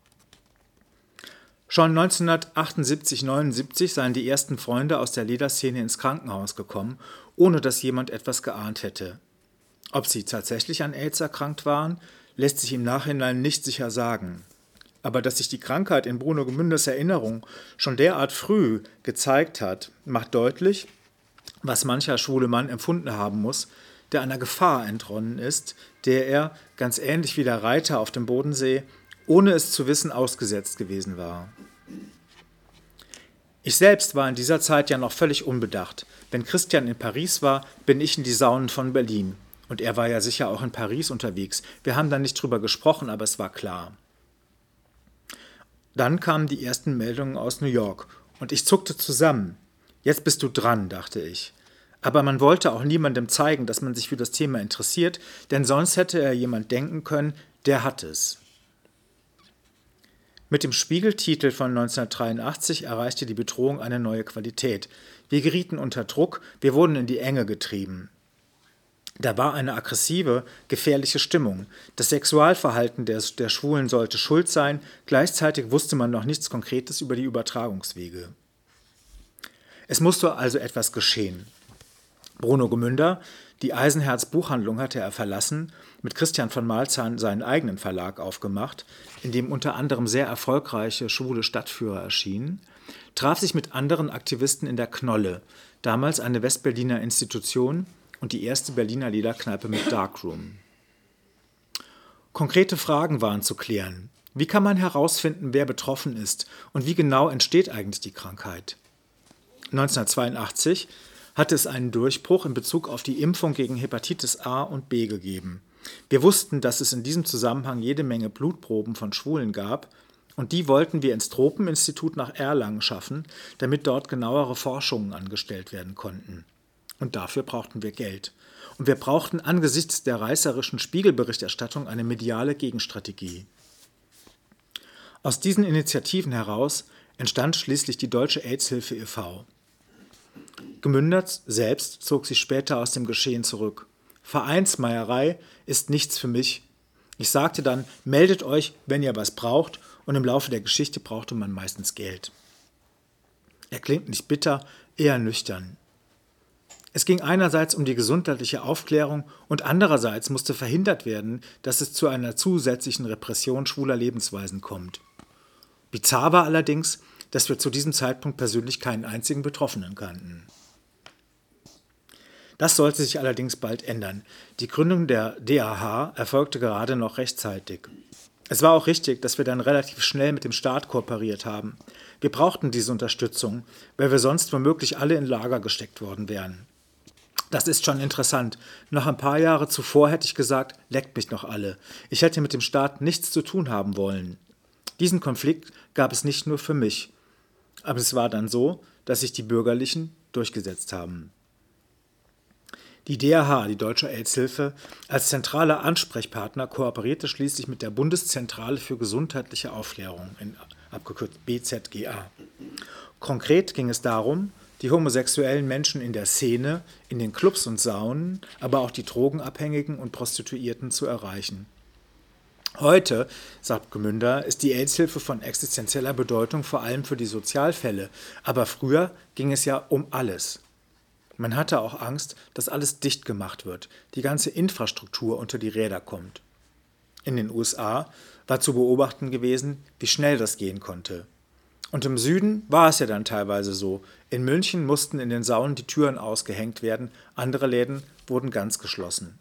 Schon 1978/79 seien die ersten Freunde aus der Lederszene ins Krankenhaus gekommen, ohne dass jemand etwas geahnt hätte. Ob sie tatsächlich an AIDS erkrankt waren, lässt sich im Nachhinein nicht sicher sagen. Aber dass sich die Krankheit in Bruno Gemünders Erinnerung schon derart früh gezeigt hat, macht deutlich, was mancher schwule Mann empfunden haben muss, der einer Gefahr entronnen ist, der er, ganz ähnlich wie der Reiter auf dem Bodensee, ohne es zu wissen ausgesetzt gewesen war. Ich selbst war in dieser Zeit ja noch völlig unbedacht. Wenn Christian in Paris war, bin ich in die Saunen von Berlin. Und er war ja sicher auch in Paris unterwegs. Wir haben da nicht drüber gesprochen, aber es war klar. Dann kamen die ersten Meldungen aus New York und ich zuckte zusammen. Jetzt bist du dran, dachte ich. Aber man wollte auch niemandem zeigen, dass man sich für das Thema interessiert, denn sonst hätte jemand denken können, der hat es. Mit dem Spiegel-Titel von 1983 erreichte die Bedrohung eine neue Qualität. Wir gerieten unter Druck, wir wurden in die Enge getrieben. Da war eine aggressive, gefährliche Stimmung. Das Sexualverhalten der Schwulen sollte schuld sein, gleichzeitig wusste man noch nichts Konkretes über die Übertragungswege. Es musste also etwas geschehen. Bruno Gmünder, die Eisenherz Buchhandlung hatte er verlassen, mit Christian von Malzahn seinen eigenen Verlag aufgemacht, in dem unter anderem sehr erfolgreiche schwule Stadtführer erschienen, traf sich mit anderen Aktivisten in der Knolle, damals eine Westberliner Institution und die erste Berliner Liederkneipe mit Darkroom. Konkrete Fragen waren zu klären. Wie kann man herausfinden, wer betroffen ist und wie genau entsteht eigentlich die Krankheit? 1982 hatte es einen Durchbruch in Bezug auf die Impfung gegen Hepatitis A und B gegeben. Wir wussten, dass es in diesem Zusammenhang jede Menge Blutproben von Schwulen gab und die wollten wir ins Tropeninstitut nach Erlangen schaffen, damit dort genauere Forschungen angestellt werden konnten. Und dafür brauchten wir Geld. Und wir brauchten angesichts der reißerischen Spiegelberichterstattung eine mediale Gegenstrategie. Aus diesen Initiativen heraus entstand schließlich die Deutsche AIDS-Hilfe e.V. Gmünder selbst zog sich später aus dem Geschehen zurück. Vereinsmeierei ist nichts für mich. Ich sagte dann, meldet euch, wenn ihr was braucht, und im Laufe der Geschichte brauchte man meistens Geld. Er klingt nicht bitter, eher nüchtern. Es ging einerseits um die gesundheitliche Aufklärung und andererseits musste verhindert werden, dass es zu einer zusätzlichen Repression schwuler Lebensweisen kommt. Bizarr war allerdings, dass wir zu diesem Zeitpunkt persönlich keinen einzigen Betroffenen kannten. Das sollte sich allerdings bald ändern. Die Gründung der DAH erfolgte gerade noch rechtzeitig. Es war auch richtig, dass wir dann relativ schnell mit dem Staat kooperiert haben. Wir brauchten diese Unterstützung, weil wir sonst womöglich alle in Lager gesteckt worden wären. Das ist schon interessant. Noch ein paar Jahre zuvor hätte ich gesagt, leckt mich noch alle. Ich hätte mit dem Staat nichts zu tun haben wollen. Diesen Konflikt gab es nicht nur für mich. Aber es war dann so, dass sich die Bürgerlichen durchgesetzt haben. Die DAH, die Deutsche AIDS-Hilfe, als zentraler Ansprechpartner kooperierte schließlich mit der Bundeszentrale für gesundheitliche Aufklärung, abgekürzt BZGA. Konkret ging es darum, die homosexuellen Menschen in der Szene, in den Clubs und Saunen, aber auch die Drogenabhängigen und Prostituierten zu erreichen. Heute, sagt Gmünder, ist die AIDS-Hilfe von existenzieller Bedeutung, vor allem für die Sozialfälle, aber früher ging es ja um alles. Man hatte auch Angst, dass alles dicht gemacht wird, die ganze Infrastruktur unter die Räder kommt. In den USA war zu beobachten gewesen, wie schnell das gehen konnte. Und im Süden war es ja dann teilweise so. In München mussten in den Saunen die Türen ausgehängt werden, andere Läden wurden ganz geschlossen.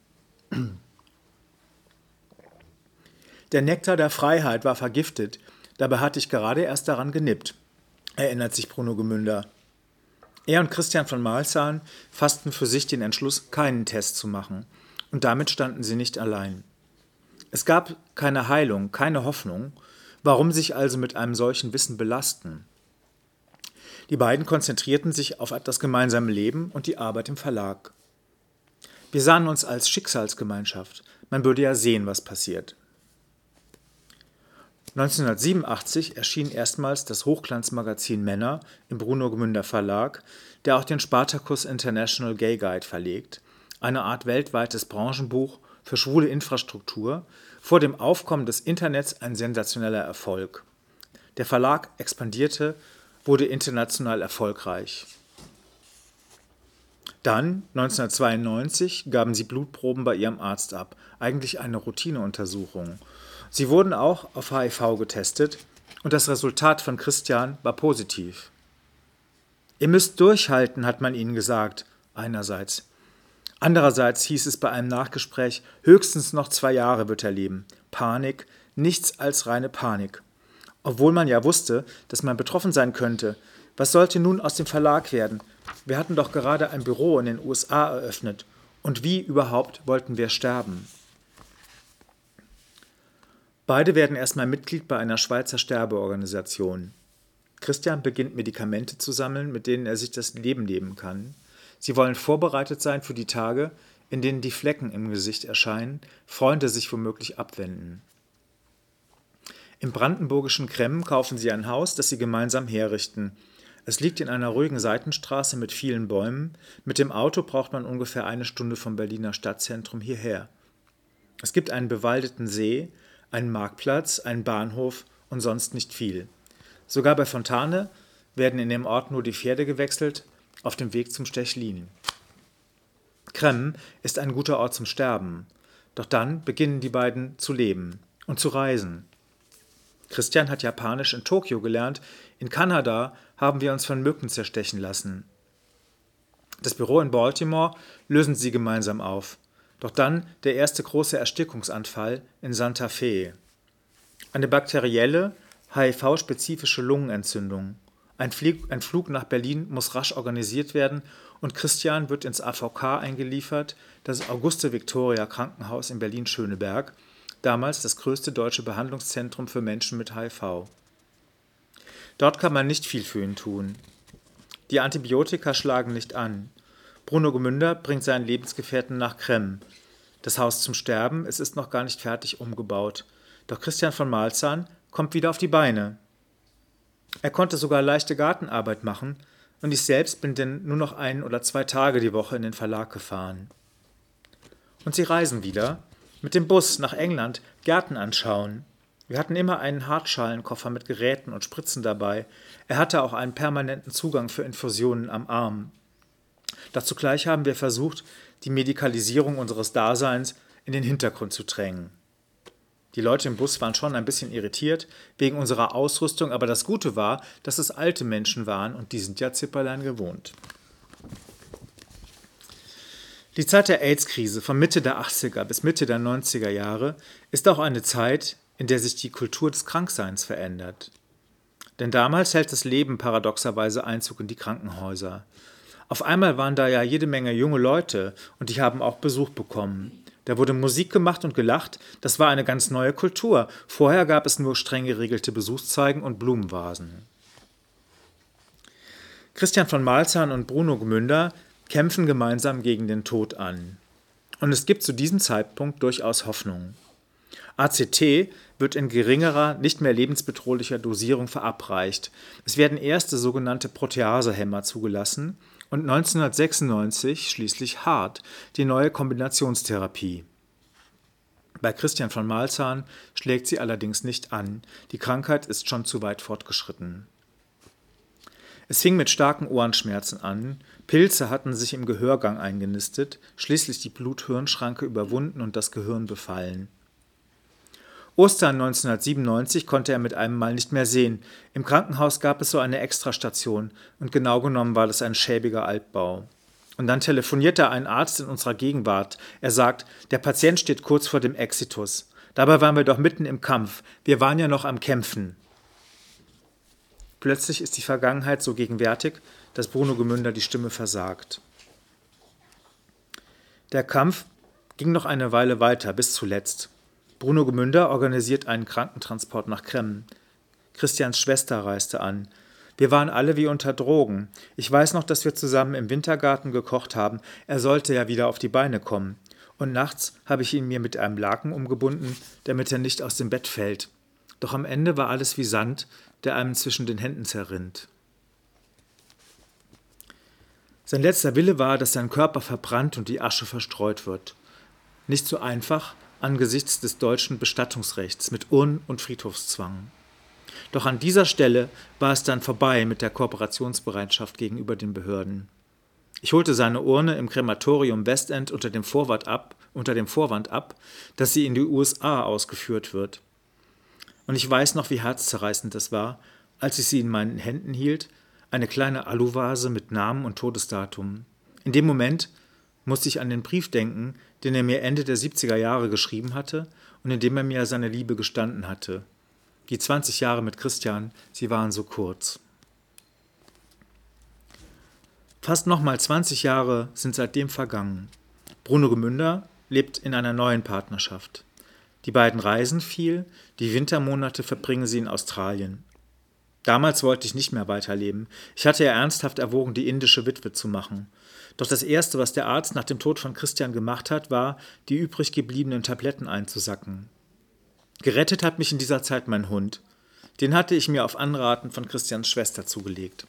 Der Nektar der Freiheit war vergiftet, dabei hatte ich gerade erst daran genippt, erinnert sich Bruno Gmünder. Er und Christian von Malzahn fassten für sich den Entschluss, keinen Test zu machen. Und damit standen sie nicht allein. Es gab keine Heilung, keine Hoffnung. Warum sich also mit einem solchen Wissen belasten? Die beiden konzentrierten sich auf das gemeinsame Leben und die Arbeit im Verlag. Wir sahen uns als Schicksalsgemeinschaft. Man würde ja sehen, was passiert. 1987 erschien erstmals das Hochglanzmagazin Männer im Bruno Gmünder Verlag, der auch den Spartacus International Gay Guide verlegt, eine Art weltweites Branchenbuch für schwule Infrastruktur, vor dem Aufkommen des Internets ein sensationeller Erfolg. Der Verlag expandierte, wurde international erfolgreich. Dann, 1992, gaben sie Blutproben bei ihrem Arzt ab, eigentlich eine Routineuntersuchung. Sie wurden auch auf HIV getestet und das Resultat von Christian war positiv. Ihr müsst durchhalten, hat man ihnen gesagt, einerseits. Andererseits hieß es bei einem Nachgespräch, höchstens noch 2 Jahre wird er leben. Panik, nichts als reine Panik. Obwohl man ja wusste, dass man betroffen sein könnte. Was sollte nun aus dem Verlag werden? Wir hatten doch gerade ein Büro in den USA eröffnet. Und wie überhaupt wollten wir sterben? Beide werden erstmal Mitglied bei einer Schweizer Sterbeorganisation. Christian beginnt Medikamente zu sammeln, mit denen er sich das Leben nehmen kann. Sie wollen vorbereitet sein für die Tage, in denen die Flecken im Gesicht erscheinen, Freunde sich womöglich abwenden. Im brandenburgischen Kremm kaufen sie ein Haus, das sie gemeinsam herrichten. Es liegt in einer ruhigen Seitenstraße mit vielen Bäumen. Mit dem Auto braucht man ungefähr 1 Stunde vom Berliner Stadtzentrum hierher. Es gibt einen bewaldeten See, einen Marktplatz, einen Bahnhof und sonst nicht viel. Sogar bei Fontane werden in dem Ort nur die Pferde gewechselt, auf dem Weg zum Stechlin. Kremm ist ein guter Ort zum Sterben. Doch dann beginnen die beiden zu leben und zu reisen. Christian hat Japanisch in Tokio gelernt. In Kanada haben wir uns von Mücken zerstechen lassen. Das Büro in Baltimore lösen sie gemeinsam auf. Doch dann der erste große Erstickungsanfall in Santa Fe. Eine bakterielle, HIV-spezifische Lungenentzündung. Ein Flug nach Berlin muss rasch organisiert werden und Christian wird ins AVK eingeliefert, das Auguste-Victoria-Krankenhaus in Berlin-Schöneberg, damals das größte deutsche Behandlungszentrum für Menschen mit HIV. Dort kann man nicht viel für ihn tun. Die Antibiotika schlagen nicht an. Bruno Gmünder bringt seinen Lebensgefährten nach Kremm. Das Haus zum Sterben, es ist noch gar nicht fertig umgebaut. Doch Christian von Malzahn kommt wieder auf die Beine. Er konnte sogar leichte Gartenarbeit machen und ich selbst bin denn nur noch 1 oder 2 Tage die Woche in den Verlag gefahren. Und sie reisen wieder, mit dem Bus nach England, Gärten anschauen. Wir hatten immer einen Hartschalenkoffer mit Geräten und Spritzen dabei. Er hatte auch einen permanenten Zugang für Infusionen am Arm. Doch zugleich haben wir versucht, die Medikalisierung unseres Daseins in den Hintergrund zu drängen. Die Leute im Bus waren schon ein bisschen irritiert wegen unserer Ausrüstung, aber das Gute war, dass es alte Menschen waren und die sind ja Zipperlein gewohnt. Die Zeit der AIDS-Krise von Mitte der 80er bis Mitte der 90er Jahre ist auch eine Zeit, in der sich die Kultur des Krankseins verändert. Denn damals hält das Leben paradoxerweise Einzug in die Krankenhäuser. Auf einmal waren da ja jede Menge junge Leute und die haben auch Besuch bekommen. Da wurde Musik gemacht und gelacht, das war eine ganz neue Kultur. Vorher gab es nur streng geregelte Besuchszeigen und Blumenvasen. Christian von Malzahn und Bruno Gmünder kämpfen gemeinsam gegen den Tod an. Und es gibt zu diesem Zeitpunkt durchaus Hoffnung. ACT wird in geringerer, nicht mehr lebensbedrohlicher Dosierung verabreicht. Es werden erste sogenannte Proteasehämmer zugelassen und 1996 schließlich HAART, die neue Kombinationstherapie. Bei Christian von Malzahn schlägt sie allerdings nicht an. Die Krankheit ist schon zu weit fortgeschritten. Es fing mit starken Ohrenschmerzen an, Pilze hatten sich im Gehörgang eingenistet, schließlich die Blut-Hirn-Schranke überwunden und das Gehirn befallen. Ostern 1997 konnte er mit einem Mal nicht mehr sehen. Im Krankenhaus gab es so eine Extrastation und genau genommen war das ein schäbiger Altbau. Und dann telefonierte ein Arzt in unserer Gegenwart. Er sagt, der Patient steht kurz vor dem Exitus. Dabei waren wir doch mitten im Kampf. Wir waren ja noch am Kämpfen. Plötzlich ist die Vergangenheit so gegenwärtig, dass Bruno Gmünder die Stimme versagt. Der Kampf ging noch eine Weile weiter, bis zuletzt. Bruno Gmünder organisiert einen Krankentransport nach Kremm. Christians Schwester reiste an. Wir waren alle wie unter Drogen. Ich weiß noch, dass wir zusammen im Wintergarten gekocht haben. Er sollte ja wieder auf die Beine kommen. Und nachts habe ich ihn mir mit einem Laken umgebunden, damit er nicht aus dem Bett fällt. Doch am Ende war alles wie Sand, der einem zwischen den Händen zerrinnt. Sein letzter Wille war, dass sein Körper verbrannt und die Asche verstreut wird. Nicht so einfach angesichts des deutschen Bestattungsrechts mit Urn- und Friedhofszwang. Doch an dieser Stelle war es dann vorbei mit der Kooperationsbereitschaft gegenüber den Behörden. Ich holte seine Urne im Krematorium Westend unter dem Vorwand ab, dass sie in die USA ausgeführt wird. Und ich weiß noch, wie herzzerreißend das war, als ich sie in meinen Händen hielt, eine kleine Aluvase mit Namen und Todesdatum. In dem Moment musste ich an den Brief denken, den er mir Ende der 70er Jahre geschrieben hatte und in dem er mir seine Liebe gestanden hatte. Die 20 Jahre mit Christian, sie waren so kurz. Fast nochmal 20 Jahre sind seitdem vergangen. Bruno Gmünder lebt in einer neuen Partnerschaft. Die beiden reisen viel, die Wintermonate verbringen sie in Australien. Damals wollte ich nicht mehr weiterleben. Ich hatte ja ernsthaft erwogen, die indische Witwe zu machen. Doch das Erste, was der Arzt nach dem Tod von Christian gemacht hat, war, die übrig gebliebenen Tabletten einzusacken. Gerettet hat mich in dieser Zeit mein Hund. Den hatte ich mir auf Anraten von Christians Schwester zugelegt.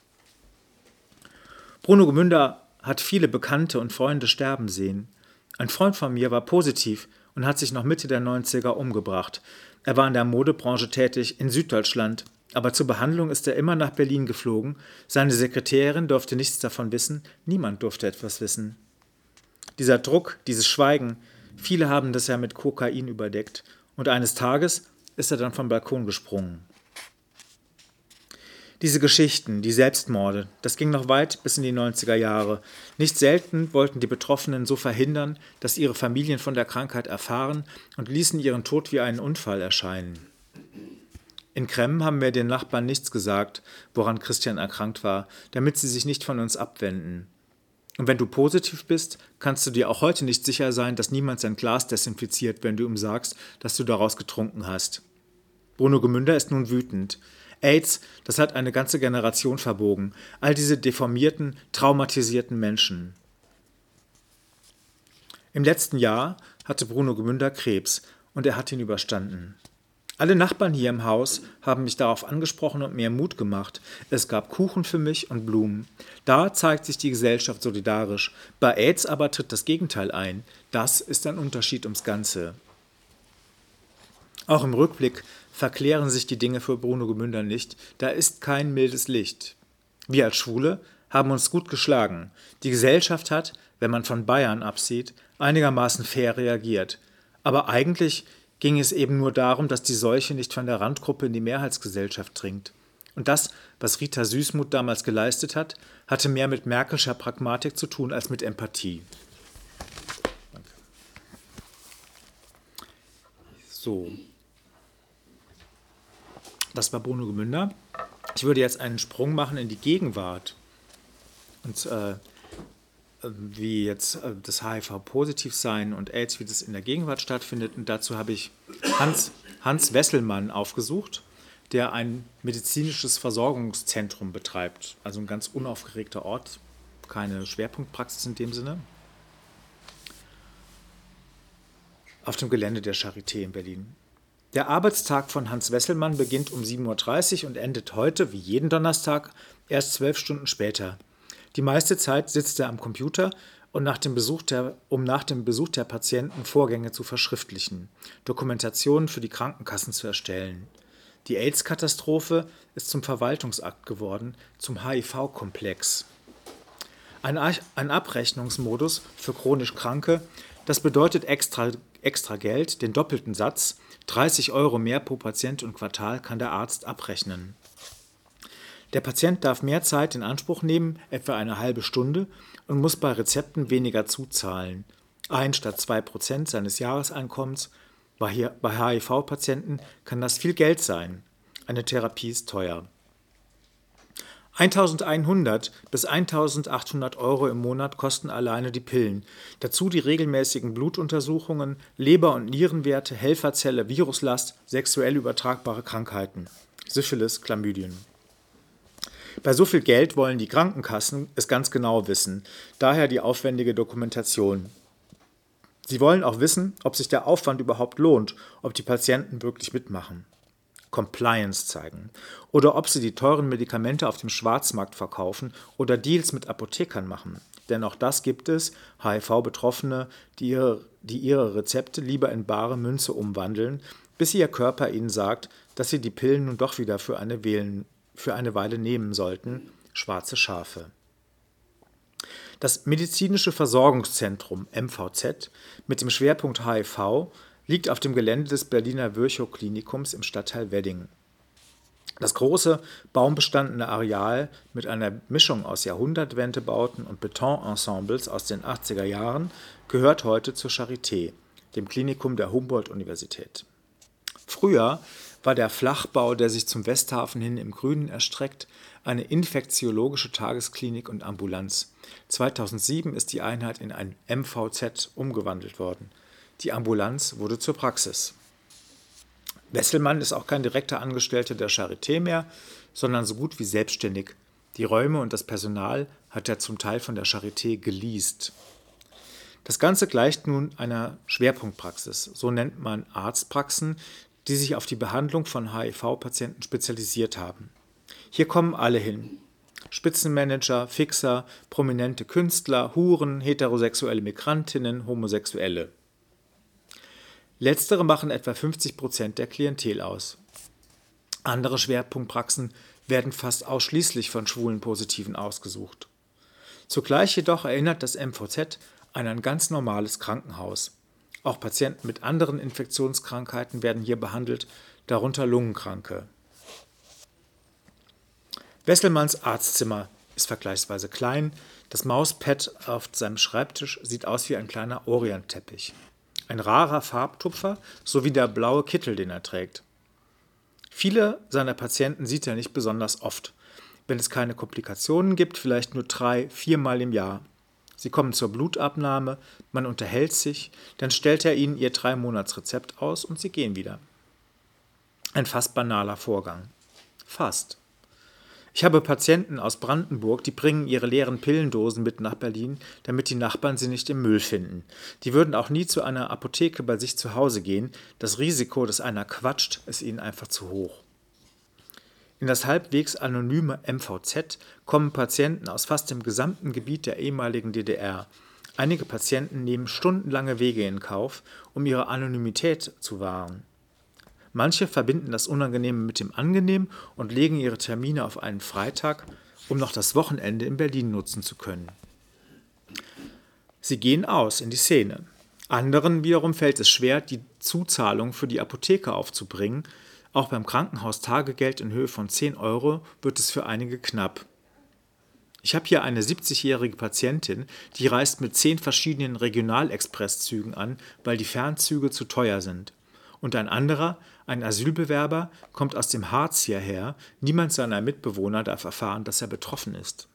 Bruno Gmünder hat viele Bekannte und Freunde sterben sehen. Ein Freund von mir war positiv und hat sich noch Mitte der 90er umgebracht. Er war in der Modebranche tätig in Süddeutschland, aber zur Behandlung ist er immer nach Berlin geflogen. Seine Sekretärin durfte nichts davon wissen, niemand durfte etwas wissen. Dieser Druck, dieses Schweigen, viele haben das ja mit Kokain überdeckt. Und eines Tages ist er dann vom Balkon gesprungen. Diese Geschichten, die Selbstmorde, das ging noch weit bis in die 90er Jahre. Nicht selten wollten die Betroffenen so verhindern, dass ihre Familien von der Krankheit erfahren und ließen ihren Tod wie einen Unfall erscheinen. In Kremmen haben wir den Nachbarn nichts gesagt, woran Christian erkrankt war, damit sie sich nicht von uns abwenden. Und wenn du positiv bist, kannst du dir auch heute nicht sicher sein, dass niemand sein Glas desinfiziert, wenn du ihm sagst, dass du daraus getrunken hast. Bruno Gmünder ist nun wütend. AIDS, das hat eine ganze Generation verbogen. All diese deformierten, traumatisierten Menschen. Im letzten Jahr hatte Bruno Gmünder Krebs und er hat ihn überstanden. Alle Nachbarn hier im Haus haben mich darauf angesprochen und mir Mut gemacht. Es gab Kuchen für mich und Blumen. Da zeigt sich die Gesellschaft solidarisch. Bei AIDS aber tritt das Gegenteil ein. Das ist ein Unterschied ums Ganze. Auch im Rückblick verklären sich die Dinge für Bruno Gmünder nicht. Da ist kein mildes Licht. Wir als Schwule haben uns gut geschlagen. Die Gesellschaft hat, wenn man von Bayern absieht, einigermaßen fair reagiert. Aber eigentlich ging es eben nur darum, dass die Seuche nicht von der Randgruppe in die Mehrheitsgesellschaft dringt. Und das, was Rita Süssmuth damals geleistet hat, hatte mehr mit Merkelscher Pragmatik zu tun als mit Empathie. Danke. So. Das war Bruno Gmünder. Ich würde jetzt einen Sprung machen in die Gegenwart. Und wie jetzt das HIV-Positiv-Sein und AIDS, wie das in der Gegenwart stattfindet. Und dazu habe ich Hans Wesselmann aufgesucht, der ein medizinisches Versorgungszentrum betreibt. Also ein ganz unaufgeregter Ort, keine Schwerpunktpraxis in dem Sinne. Auf dem Gelände der Charité in Berlin. Der Arbeitstag von Hans Wesselmann beginnt um 7.30 Uhr und endet heute, wie jeden Donnerstag, erst 12 Stunden später. Die meiste Zeit sitzt er am Computer und nach dem Besuch der Patienten Vorgänge zu verschriftlichen, Dokumentationen für die Krankenkassen zu erstellen. Die AIDS-Katastrophe ist zum Verwaltungsakt geworden, zum HIV-Komplex. Ein Abrechnungsmodus für chronisch Kranke, das bedeutet extra Geld, den doppelten Satz, 30 € mehr pro Patient und Quartal kann der Arzt abrechnen. Der Patient darf mehr Zeit in Anspruch nehmen, etwa eine halbe Stunde, und muss bei Rezepten weniger zuzahlen. 1 statt 2% seines Jahreseinkommens. Bei HIV-Patienten kann das viel Geld sein. Eine Therapie ist teuer. 1.100 bis 1.800 € im Monat kosten alleine die Pillen. Dazu die regelmäßigen Blutuntersuchungen, Leber- und Nierenwerte, Helferzelle, Viruslast, sexuell übertragbare Krankheiten, Syphilis, Chlamydien. Bei so viel Geld wollen die Krankenkassen es ganz genau wissen, daher die aufwendige Dokumentation. Sie wollen auch wissen, ob sich der Aufwand überhaupt lohnt, ob die Patienten wirklich mitmachen. Compliance zeigen. Oder ob sie die teuren Medikamente auf dem Schwarzmarkt verkaufen oder Deals mit Apothekern machen. Denn auch das gibt es, HIV-Betroffene, die ihre Rezepte lieber in bare Münze umwandeln, bis ihr Körper ihnen sagt, dass sie die Pillen nun doch wieder für eine Weile nehmen sollten, schwarze Schafe. Das Medizinische Versorgungszentrum MVZ mit dem Schwerpunkt HIV liegt auf dem Gelände des Berliner Virchow-Klinikums im Stadtteil Wedding. Das große, baumbestandene Areal mit einer Mischung aus Jahrhundertwendebauten und Betonensembles aus den 80er Jahren gehört heute zur Charité, dem Klinikum der Humboldt-Universität. Früher war der Flachbau, der sich zum Westhafen hin im Grünen erstreckt, eine infektiologische Tagesklinik und Ambulanz. 2007 ist die Einheit in ein MVZ umgewandelt worden. Die Ambulanz wurde zur Praxis. Wesselmann ist auch kein direkter Angestellter der Charité mehr, sondern so gut wie selbstständig. Die Räume und das Personal hat er zum Teil von der Charité geleast. Das Ganze gleicht nun einer Schwerpunktpraxis. So nennt man Arztpraxen, die sich auf die Behandlung von HIV-Patienten spezialisiert haben. Hier kommen alle hin. Spitzenmanager, Fixer, prominente Künstler, Huren, heterosexuelle Migrantinnen, Homosexuelle. Letztere machen etwa 50% der Klientel aus. Andere Schwerpunktpraxen werden fast ausschließlich von schwulen Positiven ausgesucht. Zugleich jedoch erinnert das MVZ an ein ganz normales Krankenhaus. Auch Patienten mit anderen Infektionskrankheiten werden hier behandelt, darunter Lungenkranke. Wesselmanns Arztzimmer ist vergleichsweise klein. Das Mauspad auf seinem Schreibtisch sieht aus wie ein kleiner Orientteppich. Ein rarer Farbtupfer sowie der blaue Kittel, den er trägt. Viele seiner Patienten sieht er nicht besonders oft. Wenn es keine Komplikationen gibt, vielleicht nur 3-4 Mal im Jahr. Sie kommen zur Blutabnahme, man unterhält sich, dann stellt er ihnen ihr 3-Monats-Rezept aus und sie gehen wieder. Ein fast banaler Vorgang. Fast. Ich habe Patienten aus Brandenburg, die bringen ihre leeren Pillendosen mit nach Berlin, damit die Nachbarn sie nicht im Müll finden. Die würden auch nie zu einer Apotheke bei sich zu Hause gehen. Das Risiko, dass einer quatscht, ist ihnen einfach zu hoch. In das halbwegs anonyme MVZ kommen Patienten aus fast dem gesamten Gebiet der ehemaligen DDR. Einige Patienten nehmen stundenlange Wege in Kauf, um ihre Anonymität zu wahren. Manche verbinden das Unangenehme mit dem Angenehmen und legen ihre Termine auf einen Freitag, um noch das Wochenende in Berlin nutzen zu können. Sie gehen aus in die Szene. Anderen wiederum fällt es schwer, die Zuzahlung für die Apotheke aufzubringen. Auch beim Krankenhaustagegeld in Höhe von 10 € wird es für einige knapp. Ich habe hier eine 70-jährige Patientin, die reist mit 10 verschiedenen Regionalexpresszügen an, weil die Fernzüge zu teuer sind. Und ein anderer, ein Asylbewerber, kommt aus dem Harz hierher. Niemand seiner Mitbewohner darf erfahren, dass er betroffen ist.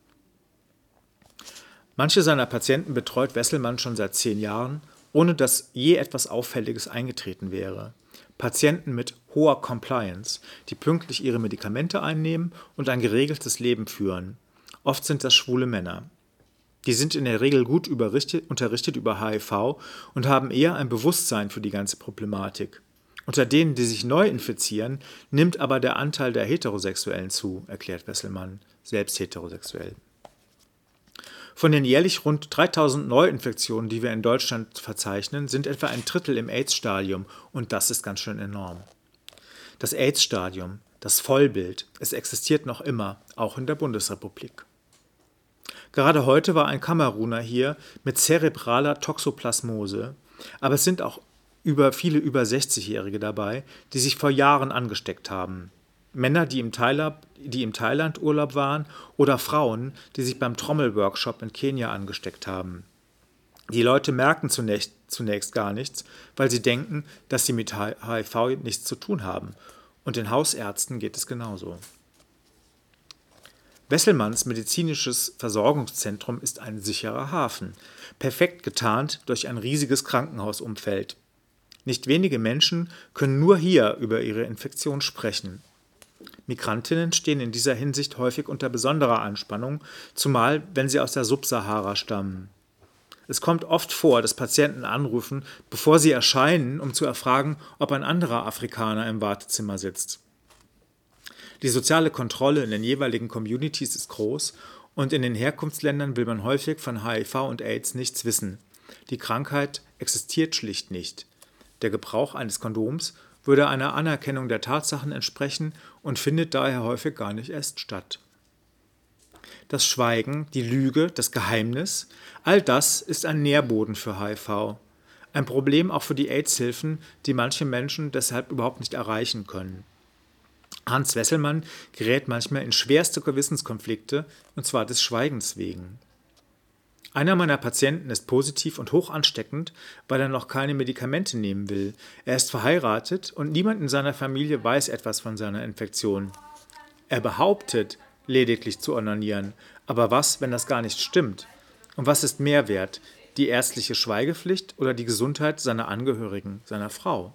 Manche seiner Patienten betreut Wesselmann schon seit 10 Jahren, ohne dass je etwas Auffälliges eingetreten wäre. Patienten mit hoher Compliance, die pünktlich ihre Medikamente einnehmen und ein geregeltes Leben führen. Oft sind das schwule Männer. Die sind in der Regel gut unterrichtet über HIV und haben eher ein Bewusstsein für die ganze Problematik. Unter denen, die sich neu infizieren, nimmt aber der Anteil der Heterosexuellen zu, erklärt Wesselmann, selbst heterosexuell. Von den jährlich rund 3000 Neuinfektionen, die wir in Deutschland verzeichnen, sind etwa ein Drittel im AIDS-Stadium und das ist ganz schön enorm. Das AIDS-Stadium, das Vollbild, es existiert noch immer, auch in der Bundesrepublik. Gerade heute war ein Kameruner hier mit zerebraler Toxoplasmose, aber es sind auch viele über 60-Jährige dabei, die sich vor Jahren angesteckt haben. Männer, die im Thailand Urlaub waren oder Frauen, die sich beim Trommelworkshop in Kenia angesteckt haben. Die Leute merken zunächst gar nichts, weil sie denken, dass sie mit HIV nichts zu tun haben. Und den Hausärzten geht es genauso. Wesselmanns medizinisches Versorgungszentrum ist ein sicherer Hafen, perfekt getarnt durch ein riesiges Krankenhausumfeld. Nicht wenige Menschen können nur hier über ihre Infektion sprechen. Migrantinnen stehen in dieser Hinsicht häufig unter besonderer Anspannung, zumal wenn sie aus der Subsahara stammen. Es kommt oft vor, dass Patienten anrufen, bevor sie erscheinen, um zu erfragen, ob ein anderer Afrikaner im Wartezimmer sitzt. Die soziale Kontrolle in den jeweiligen Communities ist groß und in den Herkunftsländern will man häufig von HIV und AIDS nichts wissen. Die Krankheit existiert schlicht nicht. Der Gebrauch eines Kondoms würde einer Anerkennung der Tatsachen entsprechen und findet daher häufig gar nicht erst statt. Das Schweigen, die Lüge, das Geheimnis, all das ist ein Nährboden für HIV. Ein Problem auch für die AIDS-Hilfen, die manche Menschen deshalb überhaupt nicht erreichen können. Hans Wesselmann gerät manchmal in schwerste Gewissenskonflikte, und zwar des Schweigens wegen. Einer meiner Patienten ist positiv und hoch ansteckend, weil er noch keine Medikamente nehmen will. Er ist verheiratet und niemand in seiner Familie weiß etwas von seiner Infektion. Er behauptet, lediglich zu onanieren. Aber was, wenn das gar nicht stimmt? Und was ist mehr wert, die ärztliche Schweigepflicht oder die Gesundheit seiner Angehörigen, seiner Frau?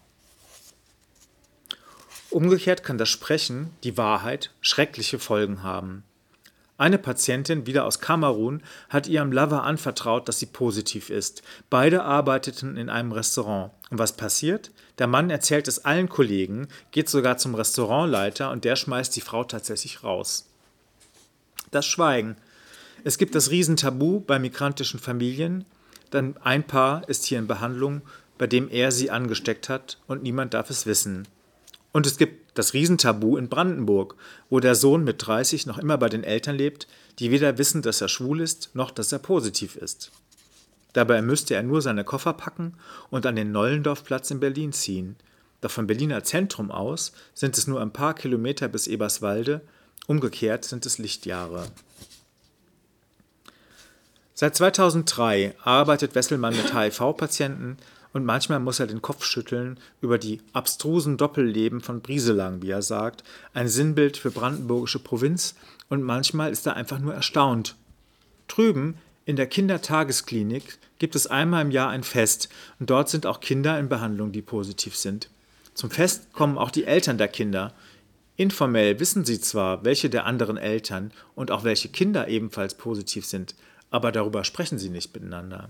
Umgekehrt kann das Sprechen, die Wahrheit, schreckliche Folgen haben. Eine Patientin, wieder aus Kamerun, hat ihrem Lover anvertraut, dass sie positiv ist. Beide arbeiteten in einem Restaurant. Und was passiert? Der Mann erzählt es allen Kollegen, geht sogar zum Restaurantleiter und der schmeißt die Frau tatsächlich raus. Das Schweigen. Es gibt das Riesentabu bei migrantischen Familien, denn ein Paar ist hier in Behandlung, bei dem er sie angesteckt hat und niemand darf es wissen. Und es gibt das Riesentabu in Brandenburg, wo der Sohn mit 30 noch immer bei den Eltern lebt, die weder wissen, dass er schwul ist, noch dass er positiv ist. Dabei müsste er nur seine Koffer packen und an den Nollendorfplatz in Berlin ziehen. Doch vom Berliner Zentrum aus sind es nur ein paar Kilometer bis Eberswalde, umgekehrt sind es Lichtjahre. Seit 2003 arbeitet Wesselmann mit HIV-Patienten und manchmal muss er den Kopf schütteln über die abstrusen Doppelleben von Brieselang, wie er sagt, ein Sinnbild für brandenburgische Provinz, und manchmal ist er einfach nur erstaunt. Drüben in der Kindertagesklinik gibt es einmal im Jahr ein Fest und dort sind auch Kinder in Behandlung, die positiv sind. Zum Fest kommen auch die Eltern der Kinder. Informell wissen sie zwar, welche der anderen Eltern und auch welche Kinder ebenfalls positiv sind, aber darüber sprechen sie nicht miteinander.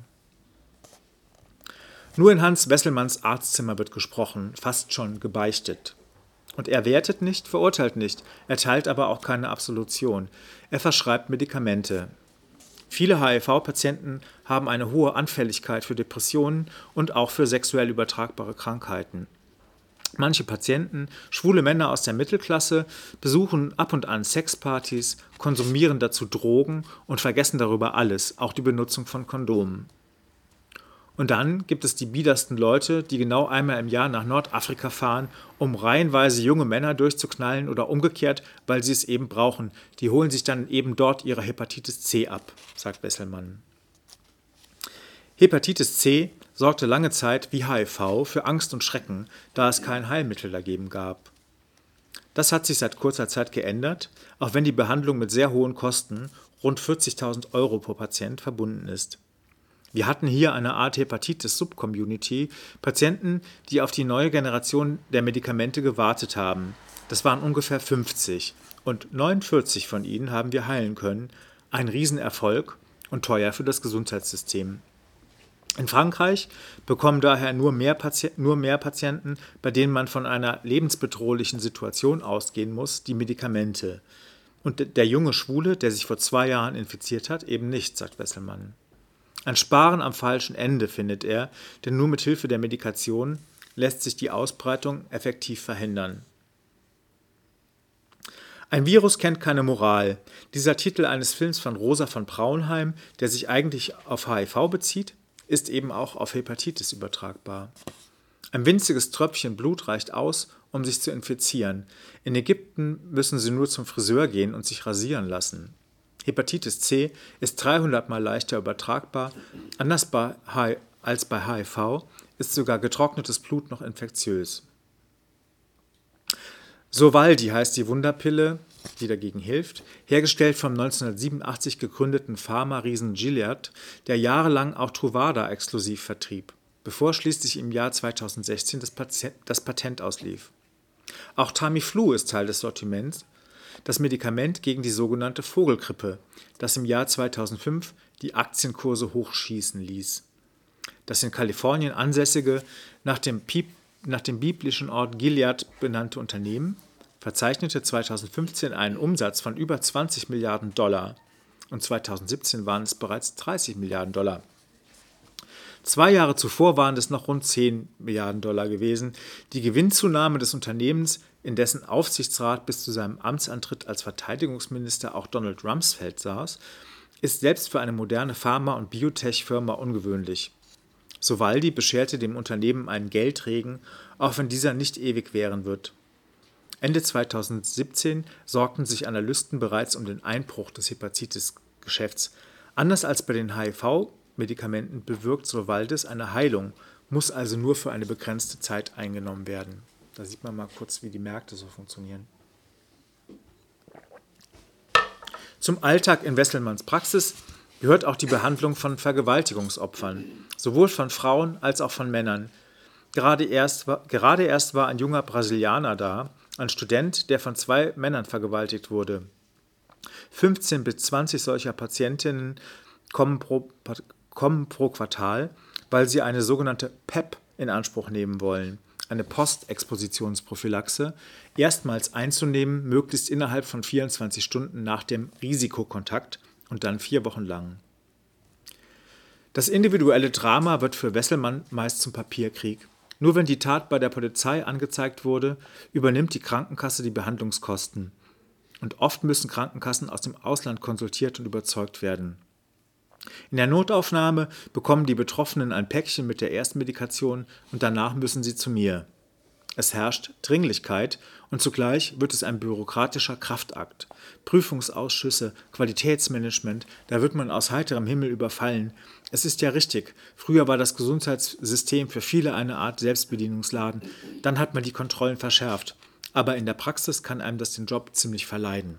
Nur in Hans Wesselmanns Arztzimmer wird gesprochen, fast schon gebeichtet. Und er wertet nicht, verurteilt nicht, erteilt aber auch keine Absolution. Er verschreibt Medikamente. Viele HIV-Patienten haben eine hohe Anfälligkeit für Depressionen und auch für sexuell übertragbare Krankheiten. Manche Patienten, schwule Männer aus der Mittelklasse, besuchen ab und an Sexpartys, konsumieren dazu Drogen und vergessen darüber alles, auch die Benutzung von Kondomen. Und dann gibt es die biedersten Leute, die genau einmal im Jahr nach Nordafrika fahren, um reihenweise junge Männer durchzuknallen oder umgekehrt, weil sie es eben brauchen. Die holen sich dann eben dort ihre Hepatitis C ab, sagt Wesselmann. Hepatitis C sorgte lange Zeit wie HIV für Angst und Schrecken, da es kein Heilmittel dagegen gab. Das hat sich seit kurzer Zeit geändert, auch wenn die Behandlung mit sehr hohen Kosten, rund 40.000 € pro Patient, verbunden ist. Wir hatten hier eine Art Hepatitis-Sub-Community, Patienten, die auf die neue Generation der Medikamente gewartet haben. Das waren ungefähr 50 und 49 von ihnen haben wir heilen können. Ein Riesenerfolg und teuer für das Gesundheitssystem. In Frankreich bekommen daher nur mehr Patienten, bei denen man von einer lebensbedrohlichen Situation ausgehen muss, die Medikamente. Und der junge Schwule, der sich vor 2 Jahren infiziert hat, eben nicht, sagt Wesselmann. Ein Sparen am falschen Ende, findet er, denn nur mit Hilfe der Medikation lässt sich die Ausbreitung effektiv verhindern. Ein Virus kennt keine Moral. Dieser Titel eines Films von Rosa von Braunheim, der sich eigentlich auf HIV bezieht, ist eben auch auf Hepatitis übertragbar. Ein winziges Tröpfchen Blut reicht aus, um sich zu infizieren. In Ägypten müssen sie nur zum Friseur gehen und sich rasieren lassen. Hepatitis C ist 300-mal leichter übertragbar. Anders als bei HIV ist sogar getrocknetes Blut noch infektiös. Sovaldi heißt die Wunderpille, die dagegen hilft, hergestellt vom 1987 gegründeten Pharma-Riesen Gilead, der jahrelang auch Truvada exklusiv vertrieb, bevor schließlich im Jahr 2016 das Patent auslief. Auch Tamiflu ist Teil des Sortiments, das Medikament gegen die sogenannte Vogelgrippe, das im Jahr 2005 die Aktienkurse hochschießen ließ. Das in Kalifornien ansässige, nach dem biblischen Ort Gilead benannte Unternehmen verzeichnete 2015 einen Umsatz von über 20 Milliarden $, und 2017 waren es bereits 30 Milliarden $. 2 Jahre zuvor waren es noch rund 10 Milliarden $ gewesen. Die Gewinnzunahme des Unternehmens, in dessen Aufsichtsrat bis zu seinem Amtsantritt als Verteidigungsminister auch Donald Rumsfeld saß, ist selbst für eine moderne Pharma- und Biotech-Firma ungewöhnlich. Sovaldi bescherte dem Unternehmen einen Geldregen, auch wenn dieser nicht ewig währen wird. Ende 2017 sorgten sich Analysten bereits um den Einbruch des Hepatitis-Geschäfts. Anders als bei den HIV-Medikamenten bewirkt Sovaldi eine Heilung, muss also nur für eine begrenzte Zeit eingenommen werden. Da sieht man mal kurz, wie die Märkte so funktionieren. Zum Alltag in Wesselmanns Praxis gehört auch die Behandlung von Vergewaltigungsopfern, sowohl von Frauen als auch von Männern. Gerade erst war ein junger Brasilianer da, ein Student, der von 2 Männern vergewaltigt wurde. 15 bis 20 solcher Patientinnen kommen pro Quartal, weil sie eine sogenannte PEP in Anspruch nehmen wollen, eine Postexpositionsprophylaxe, erstmals einzunehmen, möglichst innerhalb von 24 Stunden nach dem Risikokontakt und dann 4 Wochen lang. Das individuelle Drama wird für Wesselmann meist zum Papierkrieg. Nur wenn die Tat bei der Polizei angezeigt wurde, übernimmt die Krankenkasse die Behandlungskosten. Und oft müssen Krankenkassen aus dem Ausland konsultiert und überzeugt werden. In der Notaufnahme bekommen die Betroffenen ein Päckchen mit der Erstmedikation und danach müssen sie zu mir. Es herrscht Dringlichkeit und zugleich wird es ein bürokratischer Kraftakt. Prüfungsausschüsse, Qualitätsmanagement, da wird man aus heiterem Himmel überfallen. Es ist ja richtig, früher war das Gesundheitssystem für viele eine Art Selbstbedienungsladen, dann hat man die Kontrollen verschärft. Aber in der Praxis kann einem das den Job ziemlich verleiden.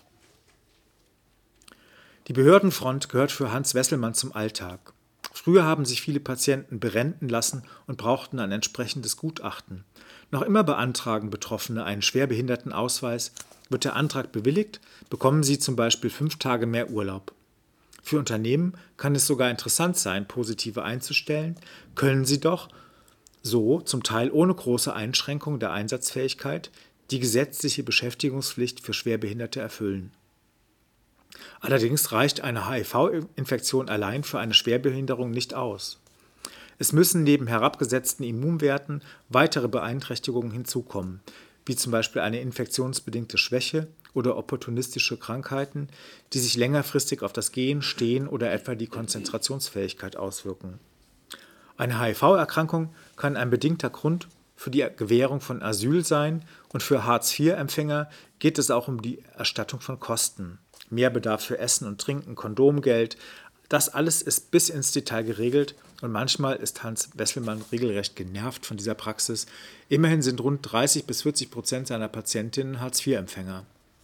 Die Behördenfront gehört für Hans Wesselmann zum Alltag. Früher haben sich viele Patienten berenten lassen und brauchten ein entsprechendes Gutachten. Noch immer beantragen Betroffene einen Schwerbehindertenausweis. Wird der Antrag bewilligt, bekommen sie zum Beispiel 5 Tage mehr Urlaub. Für Unternehmen kann es sogar interessant sein, Positive einzustellen, können sie doch, so zum Teil ohne große Einschränkung der Einsatzfähigkeit, die gesetzliche Beschäftigungspflicht für Schwerbehinderte erfüllen. Allerdings reicht eine HIV-Infektion allein für eine Schwerbehinderung nicht aus. Es müssen neben herabgesetzten Immunwerten weitere Beeinträchtigungen hinzukommen, wie zum Beispiel eine infektionsbedingte Schwäche oder opportunistische Krankheiten, die sich längerfristig auf das Gehen, Stehen oder etwa die Konzentrationsfähigkeit auswirken. Eine HIV-Erkrankung kann ein bedingter Grund für die Gewährung von Asyl sein und für Hartz-IV-Empfänger geht es auch um die Erstattung von Kosten. Mehrbedarf für Essen und Trinken, Kondomgeld, das alles ist bis ins Detail geregelt und manchmal ist Hans Wesselmann regelrecht genervt von dieser Praxis. Immerhin sind rund 30-40% seiner Patientinnen Hartz-IV-Empfänger.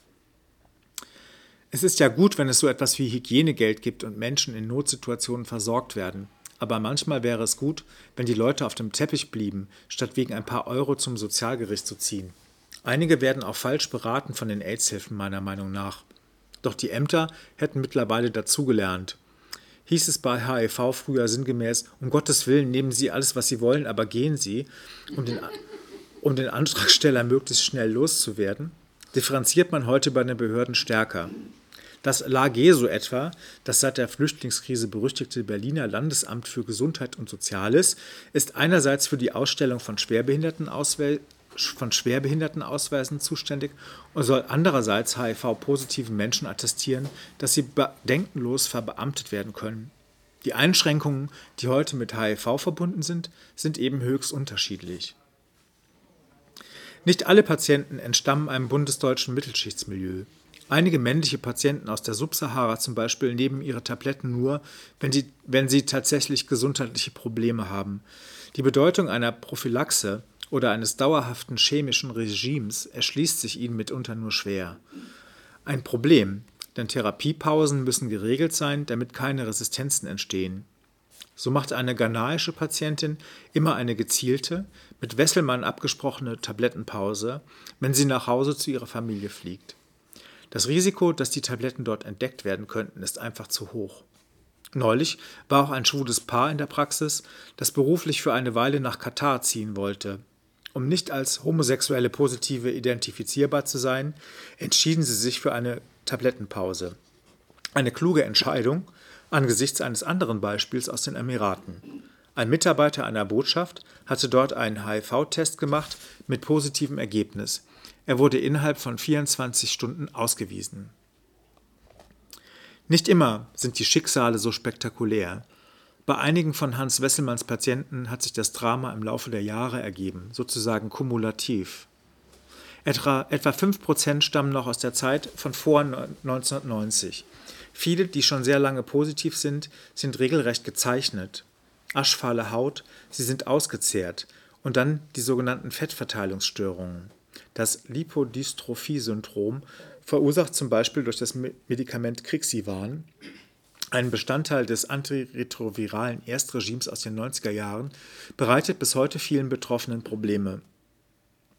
Es ist ja gut, wenn es so etwas wie Hygienegeld gibt und Menschen in Notsituationen versorgt werden. Aber manchmal wäre es gut, wenn die Leute auf dem Teppich blieben, statt wegen ein paar Euro zum Sozialgericht zu ziehen. Einige werden auch falsch beraten von den AIDS-Hilfen meiner Meinung nach. Doch die Ämter hätten mittlerweile dazugelernt. Hieß es bei HIV früher sinngemäß, um Gottes Willen nehmen Sie alles, was Sie wollen, aber gehen Sie, um den Antragsteller möglichst schnell loszuwerden, differenziert man heute bei den Behörden stärker. Das LAG so etwa, das seit der Flüchtlingskrise berüchtigte Berliner Landesamt für Gesundheit und Soziales, ist einerseits für die Ausstellung von Schwerbehindertenausweisen zuständig und soll andererseits HIV-positiven Menschen attestieren, dass sie bedenkenlos verbeamtet werden können. Die Einschränkungen, die heute mit HIV verbunden sind, sind eben höchst unterschiedlich. Nicht alle Patienten entstammen einem bundesdeutschen Mittelschichtsmilieu. Einige männliche Patienten aus der Subsahara zum Beispiel nehmen ihre Tabletten nur, wenn sie tatsächlich gesundheitliche Probleme haben. Die Bedeutung einer Prophylaxe oder eines dauerhaften chemischen Regimes erschließt sich ihnen mitunter nur schwer. Ein Problem, denn Therapiepausen müssen geregelt sein, damit keine Resistenzen entstehen. So macht eine ghanaische Patientin immer eine gezielte, mit Wesselmann abgesprochene Tablettenpause, wenn sie nach Hause zu ihrer Familie fliegt. Das Risiko, dass die Tabletten dort entdeckt werden könnten, ist einfach zu hoch. Neulich war auch ein schwules Paar in der Praxis, das beruflich für eine Weile nach Katar ziehen wollte. Um nicht als homosexuelle Positive identifizierbar zu sein, entschieden sie sich für eine Tablettenpause. Eine kluge Entscheidung angesichts eines anderen Beispiels aus den Emiraten. Ein Mitarbeiter einer Botschaft hatte dort einen HIV-Test gemacht mit positivem Ergebnis. Er wurde innerhalb von 24 Stunden ausgewiesen. Nicht immer sind die Schicksale so spektakulär. Bei einigen von Hans Wesselmanns Patienten hat sich das Drama im Laufe der Jahre ergeben, sozusagen kumulativ. Etwa 5% stammen noch aus der Zeit von vor 1990. Viele, die schon sehr lange positiv sind regelrecht gezeichnet. Aschfahle Haut, sie sind ausgezehrt. Und dann die sogenannten Fettverteilungsstörungen. Das Lipodystrophie-Syndrom, verursacht zum Beispiel durch das Medikament Crixivan, ein Bestandteil des antiretroviralen Erstregimes aus den 90er Jahren, bereitet bis heute vielen Betroffenen Probleme.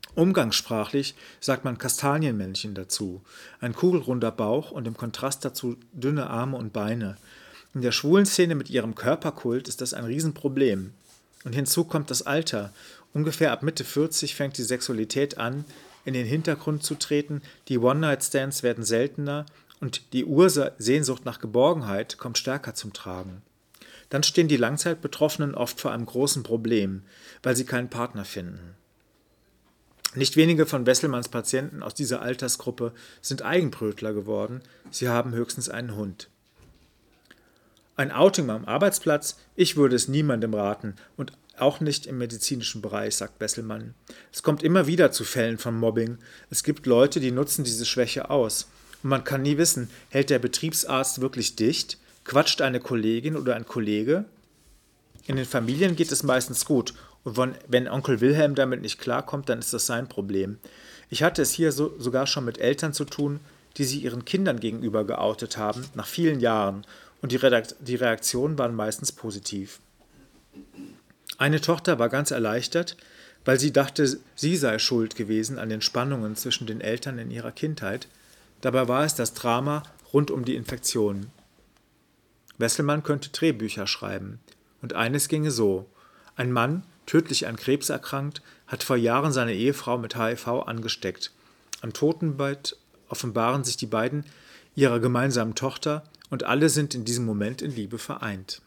Umgangssprachlich sagt man Kastanienmännchen dazu, ein kugelrunder Bauch und im Kontrast dazu dünne Arme und Beine. In der schwulen Szene mit ihrem Körperkult ist das ein Riesenproblem. Und hinzu kommt das Alter. Ungefähr ab Mitte 40 fängt die Sexualität an, in den Hintergrund zu treten, die One-Night-Stands werden seltener und die Ursehnsucht nach Geborgenheit kommt stärker zum Tragen. Dann stehen die Langzeitbetroffenen oft vor einem großen Problem, weil sie keinen Partner finden. Nicht wenige von Wesselmanns Patienten aus dieser Altersgruppe sind Eigenbrötler geworden, sie haben höchstens einen Hund. Ein Outing am Arbeitsplatz, ich würde es niemandem raten und auch nicht im medizinischen Bereich, sagt Wesselmann. Es kommt immer wieder zu Fällen von Mobbing. Es gibt Leute, die nutzen diese Schwäche aus. Und man kann nie wissen, hält der Betriebsarzt wirklich dicht? Quatscht eine Kollegin oder ein Kollege? In den Familien geht es meistens gut. Und wenn Onkel Wilhelm damit nicht klarkommt, dann ist das sein Problem. Ich hatte es hier sogar schon mit Eltern zu tun, die sich ihren Kindern gegenüber geoutet haben, nach vielen Jahren. Und die Reaktionen waren meistens positiv. Eine Tochter war ganz erleichtert, weil sie dachte, sie sei schuld gewesen an den Spannungen zwischen den Eltern in ihrer Kindheit. Dabei war es das Drama rund um die Infektion. Wesselmann könnte Drehbücher schreiben. Und eines ginge so. Ein Mann, tödlich an Krebs erkrankt, hat vor Jahren seine Ehefrau mit HIV angesteckt. Am Totenbett offenbaren sich die beiden ihrer gemeinsamen Tochter und alle sind in diesem Moment in Liebe vereint.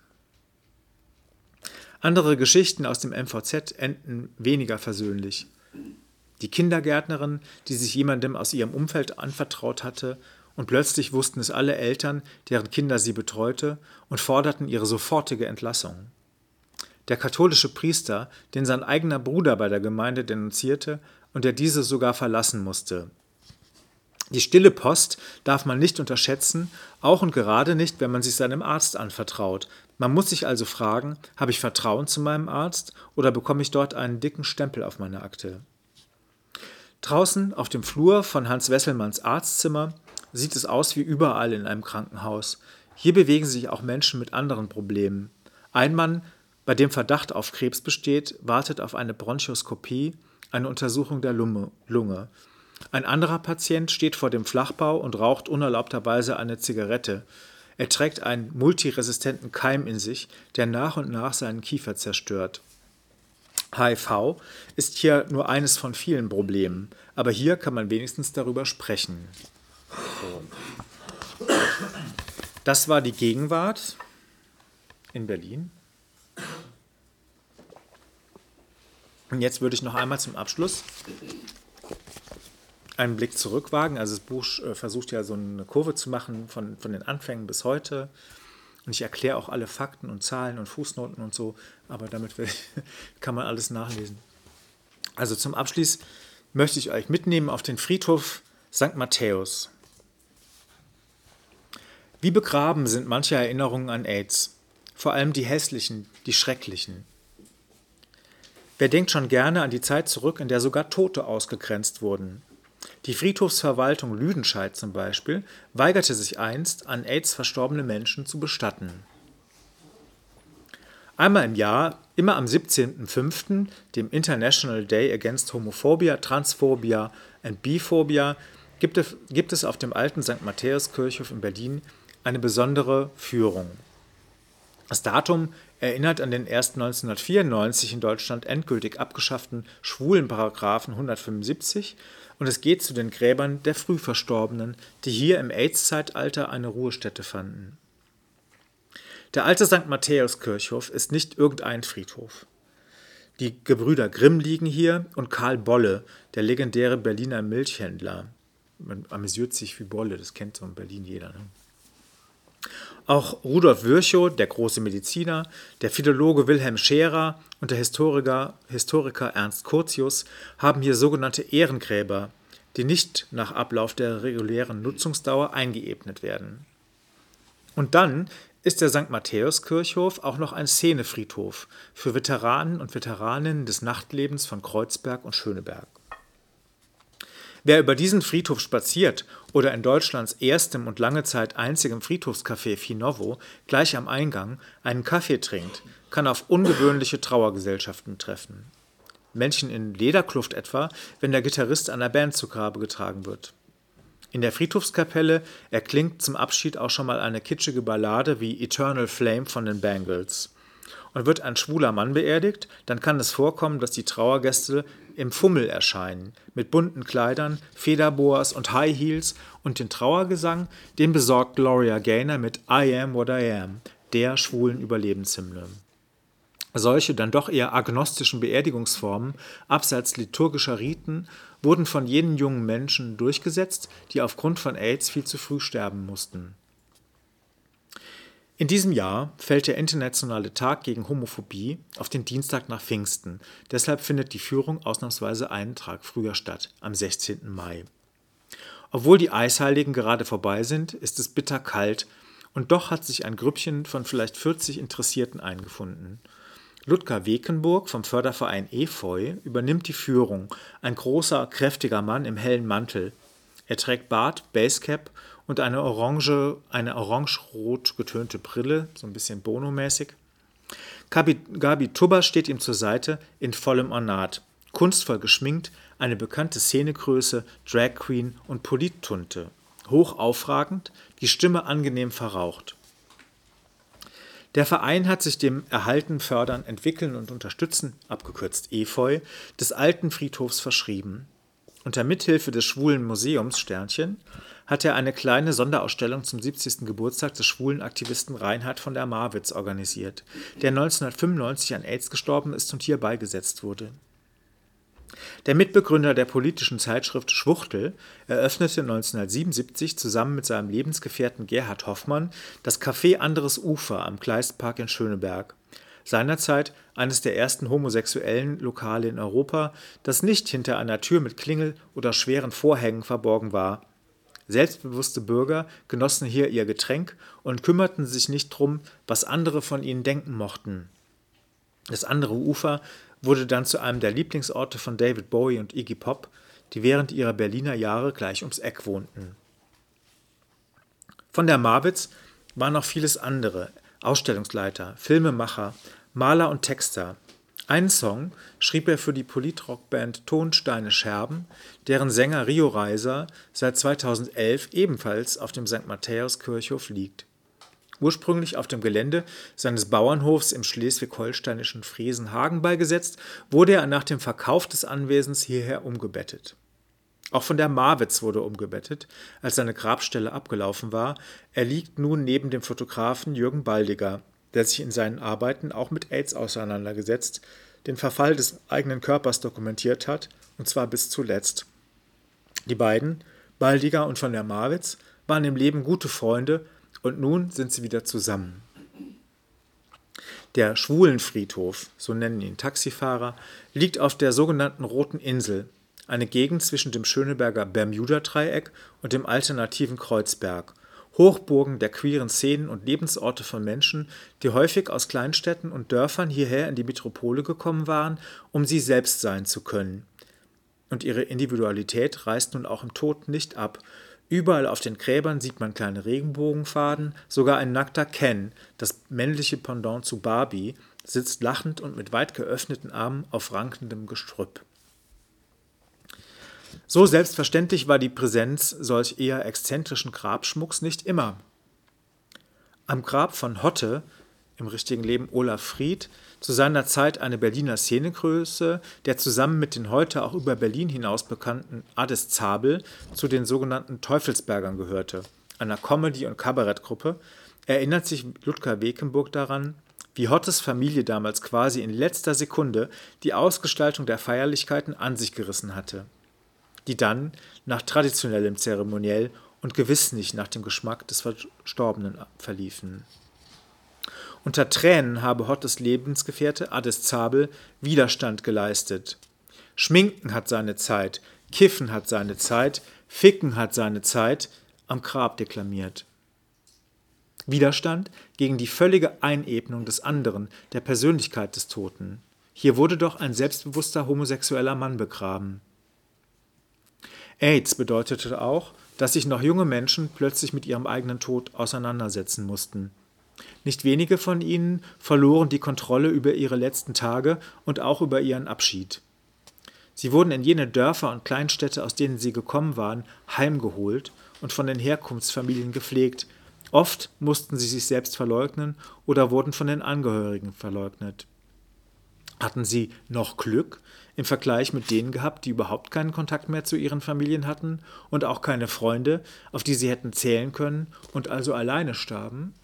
Andere Geschichten aus dem MVZ enden weniger versöhnlich. Die Kindergärtnerin, die sich jemandem aus ihrem Umfeld anvertraut hatte, und plötzlich wussten es alle Eltern, deren Kinder sie betreute, und forderten ihre sofortige Entlassung. Der katholische Priester, den sein eigener Bruder bei der Gemeinde denunzierte und der diese sogar verlassen musste. Die stille Post darf man nicht unterschätzen, auch und gerade nicht, wenn man sich seinem Arzt anvertraut. Man muss sich also fragen, habe ich Vertrauen zu meinem Arzt oder bekomme ich dort einen dicken Stempel auf meine Akte? Draußen auf dem Flur von Hans Wesselmanns Arztzimmer sieht es aus wie überall in einem Krankenhaus. Hier bewegen sich auch Menschen mit anderen Problemen. Ein Mann, bei dem Verdacht auf Krebs besteht, wartet auf eine Bronchoskopie, eine Untersuchung der Lunge. Ein anderer Patient steht vor dem Flachbau und raucht unerlaubterweise eine Zigarette. Er trägt einen multiresistenten Keim in sich, der nach und nach seinen Kiefer zerstört. HIV ist hier nur eines von vielen Problemen, aber hier kann man wenigstens darüber sprechen. Das war die Gegenwart in Berlin. Und jetzt würde ich noch einmal zum Abschluss einen Blick zurückwagen. Also das Buch versucht ja so eine Kurve zu machen von den Anfängen bis heute. Und ich erkläre auch alle Fakten und Zahlen und Fußnoten und so, aber damit kann man alles nachlesen. Also zum Abschluss möchte ich euch mitnehmen auf den Friedhof St. Matthäus. Wie begraben sind manche Erinnerungen an AIDS, vor allem die hässlichen, die schrecklichen. Wer denkt schon gerne an die Zeit zurück, in der sogar Tote ausgegrenzt wurden? Die Friedhofsverwaltung Lüdenscheid zum Beispiel weigerte sich einst, an AIDS verstorbene Menschen zu bestatten. Einmal im Jahr, immer am 17.05., dem International Day Against Homophobia, Transphobia and Biphobia, gibt es auf dem alten St. Matthäus-Kirchhof in Berlin eine besondere Führung. Das Datum erinnert an den erst 1994 in Deutschland endgültig abgeschafften Schwulenparagraphen 175 und es geht zu den Gräbern der Frühverstorbenen, die hier im AIDS-Zeitalter eine Ruhestätte fanden. Der alte St. Matthäus-Kirchhof ist nicht irgendein Friedhof. Die Gebrüder Grimm liegen hier und Karl Bolle, der legendäre Berliner Milchhändler. Man amüsiert sich wie Bolle, das kennt so in Berlin jeder, ne? Auch Rudolf Virchow, der große Mediziner, der Philologe Wilhelm Scherer und der Historiker Ernst Curtius haben hier sogenannte Ehrengräber, die nicht nach Ablauf der regulären Nutzungsdauer eingeebnet werden. Und dann ist der St. Matthäus-Kirchhof auch noch ein Szenefriedhof für Veteranen und Veteraninnen des Nachtlebens von Kreuzberg und Schöneberg. Wer über diesen Friedhof spaziert oder in Deutschlands erstem und lange Zeit einzigem Friedhofscafé Finovo gleich am Eingang einen Kaffee trinkt, kann auf ungewöhnliche Trauergesellschaften treffen. Männchen in Lederkluft etwa, wenn der Gitarrist einer Band zu Grabe getragen wird. In der Friedhofskapelle erklingt zum Abschied auch schon mal eine kitschige Ballade wie Eternal Flame von den Bangles. Und wird ein schwuler Mann beerdigt, dann kann es vorkommen, dass die Trauergäste im Fummel erscheinen, mit bunten Kleidern, Federboas und High Heels, und den Trauergesang, den besorgt Gloria Gaynor mit I Am What I Am, der schwulen Überlebenshymne. Solche dann doch eher agnostischen Beerdigungsformen, abseits liturgischer Riten, wurden von jenen jungen Menschen durchgesetzt, die aufgrund von AIDS viel zu früh sterben mussten. In diesem Jahr fällt der Internationale Tag gegen Homophobie auf den Dienstag nach Pfingsten. Deshalb findet die Führung ausnahmsweise einen Tag früher statt, am 16. Mai. Obwohl die Eisheiligen gerade vorbei sind, ist es bitterkalt, und doch hat sich ein Grüppchen von vielleicht 40 Interessierten eingefunden. Ludger Wekenburg vom Förderverein Efeu übernimmt die Führung, ein großer, kräftiger Mann im hellen Mantel. Er trägt Bart, Basecap und eine orange-rot getönte Brille, so ein bisschen Bono-mäßig. Gabi Tubber steht ihm zur Seite in vollem Ornat, kunstvoll geschminkt, eine bekannte Szenegröße, Drag Queen und Polittunte. Hoch aufragend, die Stimme angenehm verraucht. Der Verein hat sich dem Erhalten, Fördern, Entwickeln und Unterstützen, abgekürzt Efeu, des alten Friedhofs verschrieben. Unter Mithilfe des Schwulen Museums Sternchen hat er eine kleine Sonderausstellung zum 70. Geburtstag des schwulen Aktivisten Reinhard von der Marwitz organisiert, der 1995 an AIDS gestorben ist und hier beigesetzt wurde. Der Mitbegründer der politischen Zeitschrift Schwuchtel eröffnete 1977 zusammen mit seinem Lebensgefährten Gerhard Hoffmann das Café Anderes Ufer am Kleistpark in Schöneberg. Seinerzeit eines der ersten homosexuellen Lokale in Europa, das nicht hinter einer Tür mit Klingel oder schweren Vorhängen verborgen war. Selbstbewusste Bürger genossen hier ihr Getränk und kümmerten sich nicht drum, was andere von ihnen denken mochten. Das andere Ufer wurde dann zu einem der Lieblingsorte von David Bowie und Iggy Pop, die während ihrer Berliner Jahre gleich ums Eck wohnten. Von der Marwitz war noch vieles andere: Ausstellungsleiter, Filmemacher, Maler und Texter. Einen Song schrieb er für die Politrockband Tonsteine Scherben, deren Sänger Rio Reiser seit 2011 ebenfalls auf dem St. Matthäus-Kirchhof liegt. Ursprünglich auf dem Gelände seines Bauernhofs im schleswig-holsteinischen Fresenhagen beigesetzt, wurde er nach dem Verkauf des Anwesens hierher umgebettet. Auch von der Marwitz wurde umgebettet, als seine Grabstelle abgelaufen war. Er liegt nun neben dem Fotografen Jürgen Baldiger, der sich in seinen Arbeiten auch mit AIDS auseinandergesetzt, den Verfall des eigenen Körpers dokumentiert hat, und zwar bis zuletzt. Die beiden, Baldiger und von der Marwitz, waren im Leben gute Freunde, und nun sind sie wieder zusammen. Der Schwulenfriedhof, so nennen ihn Taxifahrer, liegt auf der sogenannten Roten Insel, eine Gegend zwischen dem Schöneberger Bermuda-Dreieck und dem alternativen Kreuzberg, Hochburgen der queeren Szenen und Lebensorte von Menschen, die häufig aus Kleinstädten und Dörfern hierher in die Metropole gekommen waren, um sie selbst sein zu können. Und ihre Individualität reißt nun auch im Tod nicht ab. Überall auf den Gräbern sieht man kleine Regenbogenfaden, sogar ein nackter Ken, das männliche Pendant zu Barbie, sitzt lachend und mit weit geöffneten Armen auf rankendem Gestrüpp. So selbstverständlich war die Präsenz solch eher exzentrischen Grabschmucks nicht immer. Am Grab von Hotte, im richtigen Leben Olaf Fried, zu seiner Zeit eine Berliner Szenegröße, der zusammen mit den heute auch über Berlin hinaus bekannten Adis Zabel zu den sogenannten Teufelsbergern gehörte, einer Comedy- und Kabarettgruppe, erinnert sich Ludger Wekenburg daran, wie Hottes Familie damals quasi in letzter Sekunde die Ausgestaltung der Feierlichkeiten an sich gerissen hatte, die dann nach traditionellem Zeremoniell und gewiss nicht nach dem Geschmack des Verstorbenen verliefen. Unter Tränen habe Hottes Lebensgefährte Adis Zabel Widerstand geleistet. Schminken hat seine Zeit, Kiffen hat seine Zeit, Ficken hat seine Zeit, am Grab deklamiert. Widerstand gegen die völlige Einebnung des anderen, der Persönlichkeit des Toten. Hier wurde doch ein selbstbewusster homosexueller Mann begraben. AIDS bedeutete auch, dass sich noch junge Menschen plötzlich mit ihrem eigenen Tod auseinandersetzen mussten. Nicht wenige von ihnen verloren die Kontrolle über ihre letzten Tage und auch über ihren Abschied. Sie wurden in jene Dörfer und Kleinstädte, aus denen sie gekommen waren, heimgeholt und von den Herkunftsfamilien gepflegt. Oft mussten sie sich selbst verleugnen oder wurden von den Angehörigen verleugnet. Hatten sie noch Glück im Vergleich mit denen gehabt, die überhaupt keinen Kontakt mehr zu ihren Familien hatten und auch keine Freunde, auf die sie hätten zählen können und also alleine starben?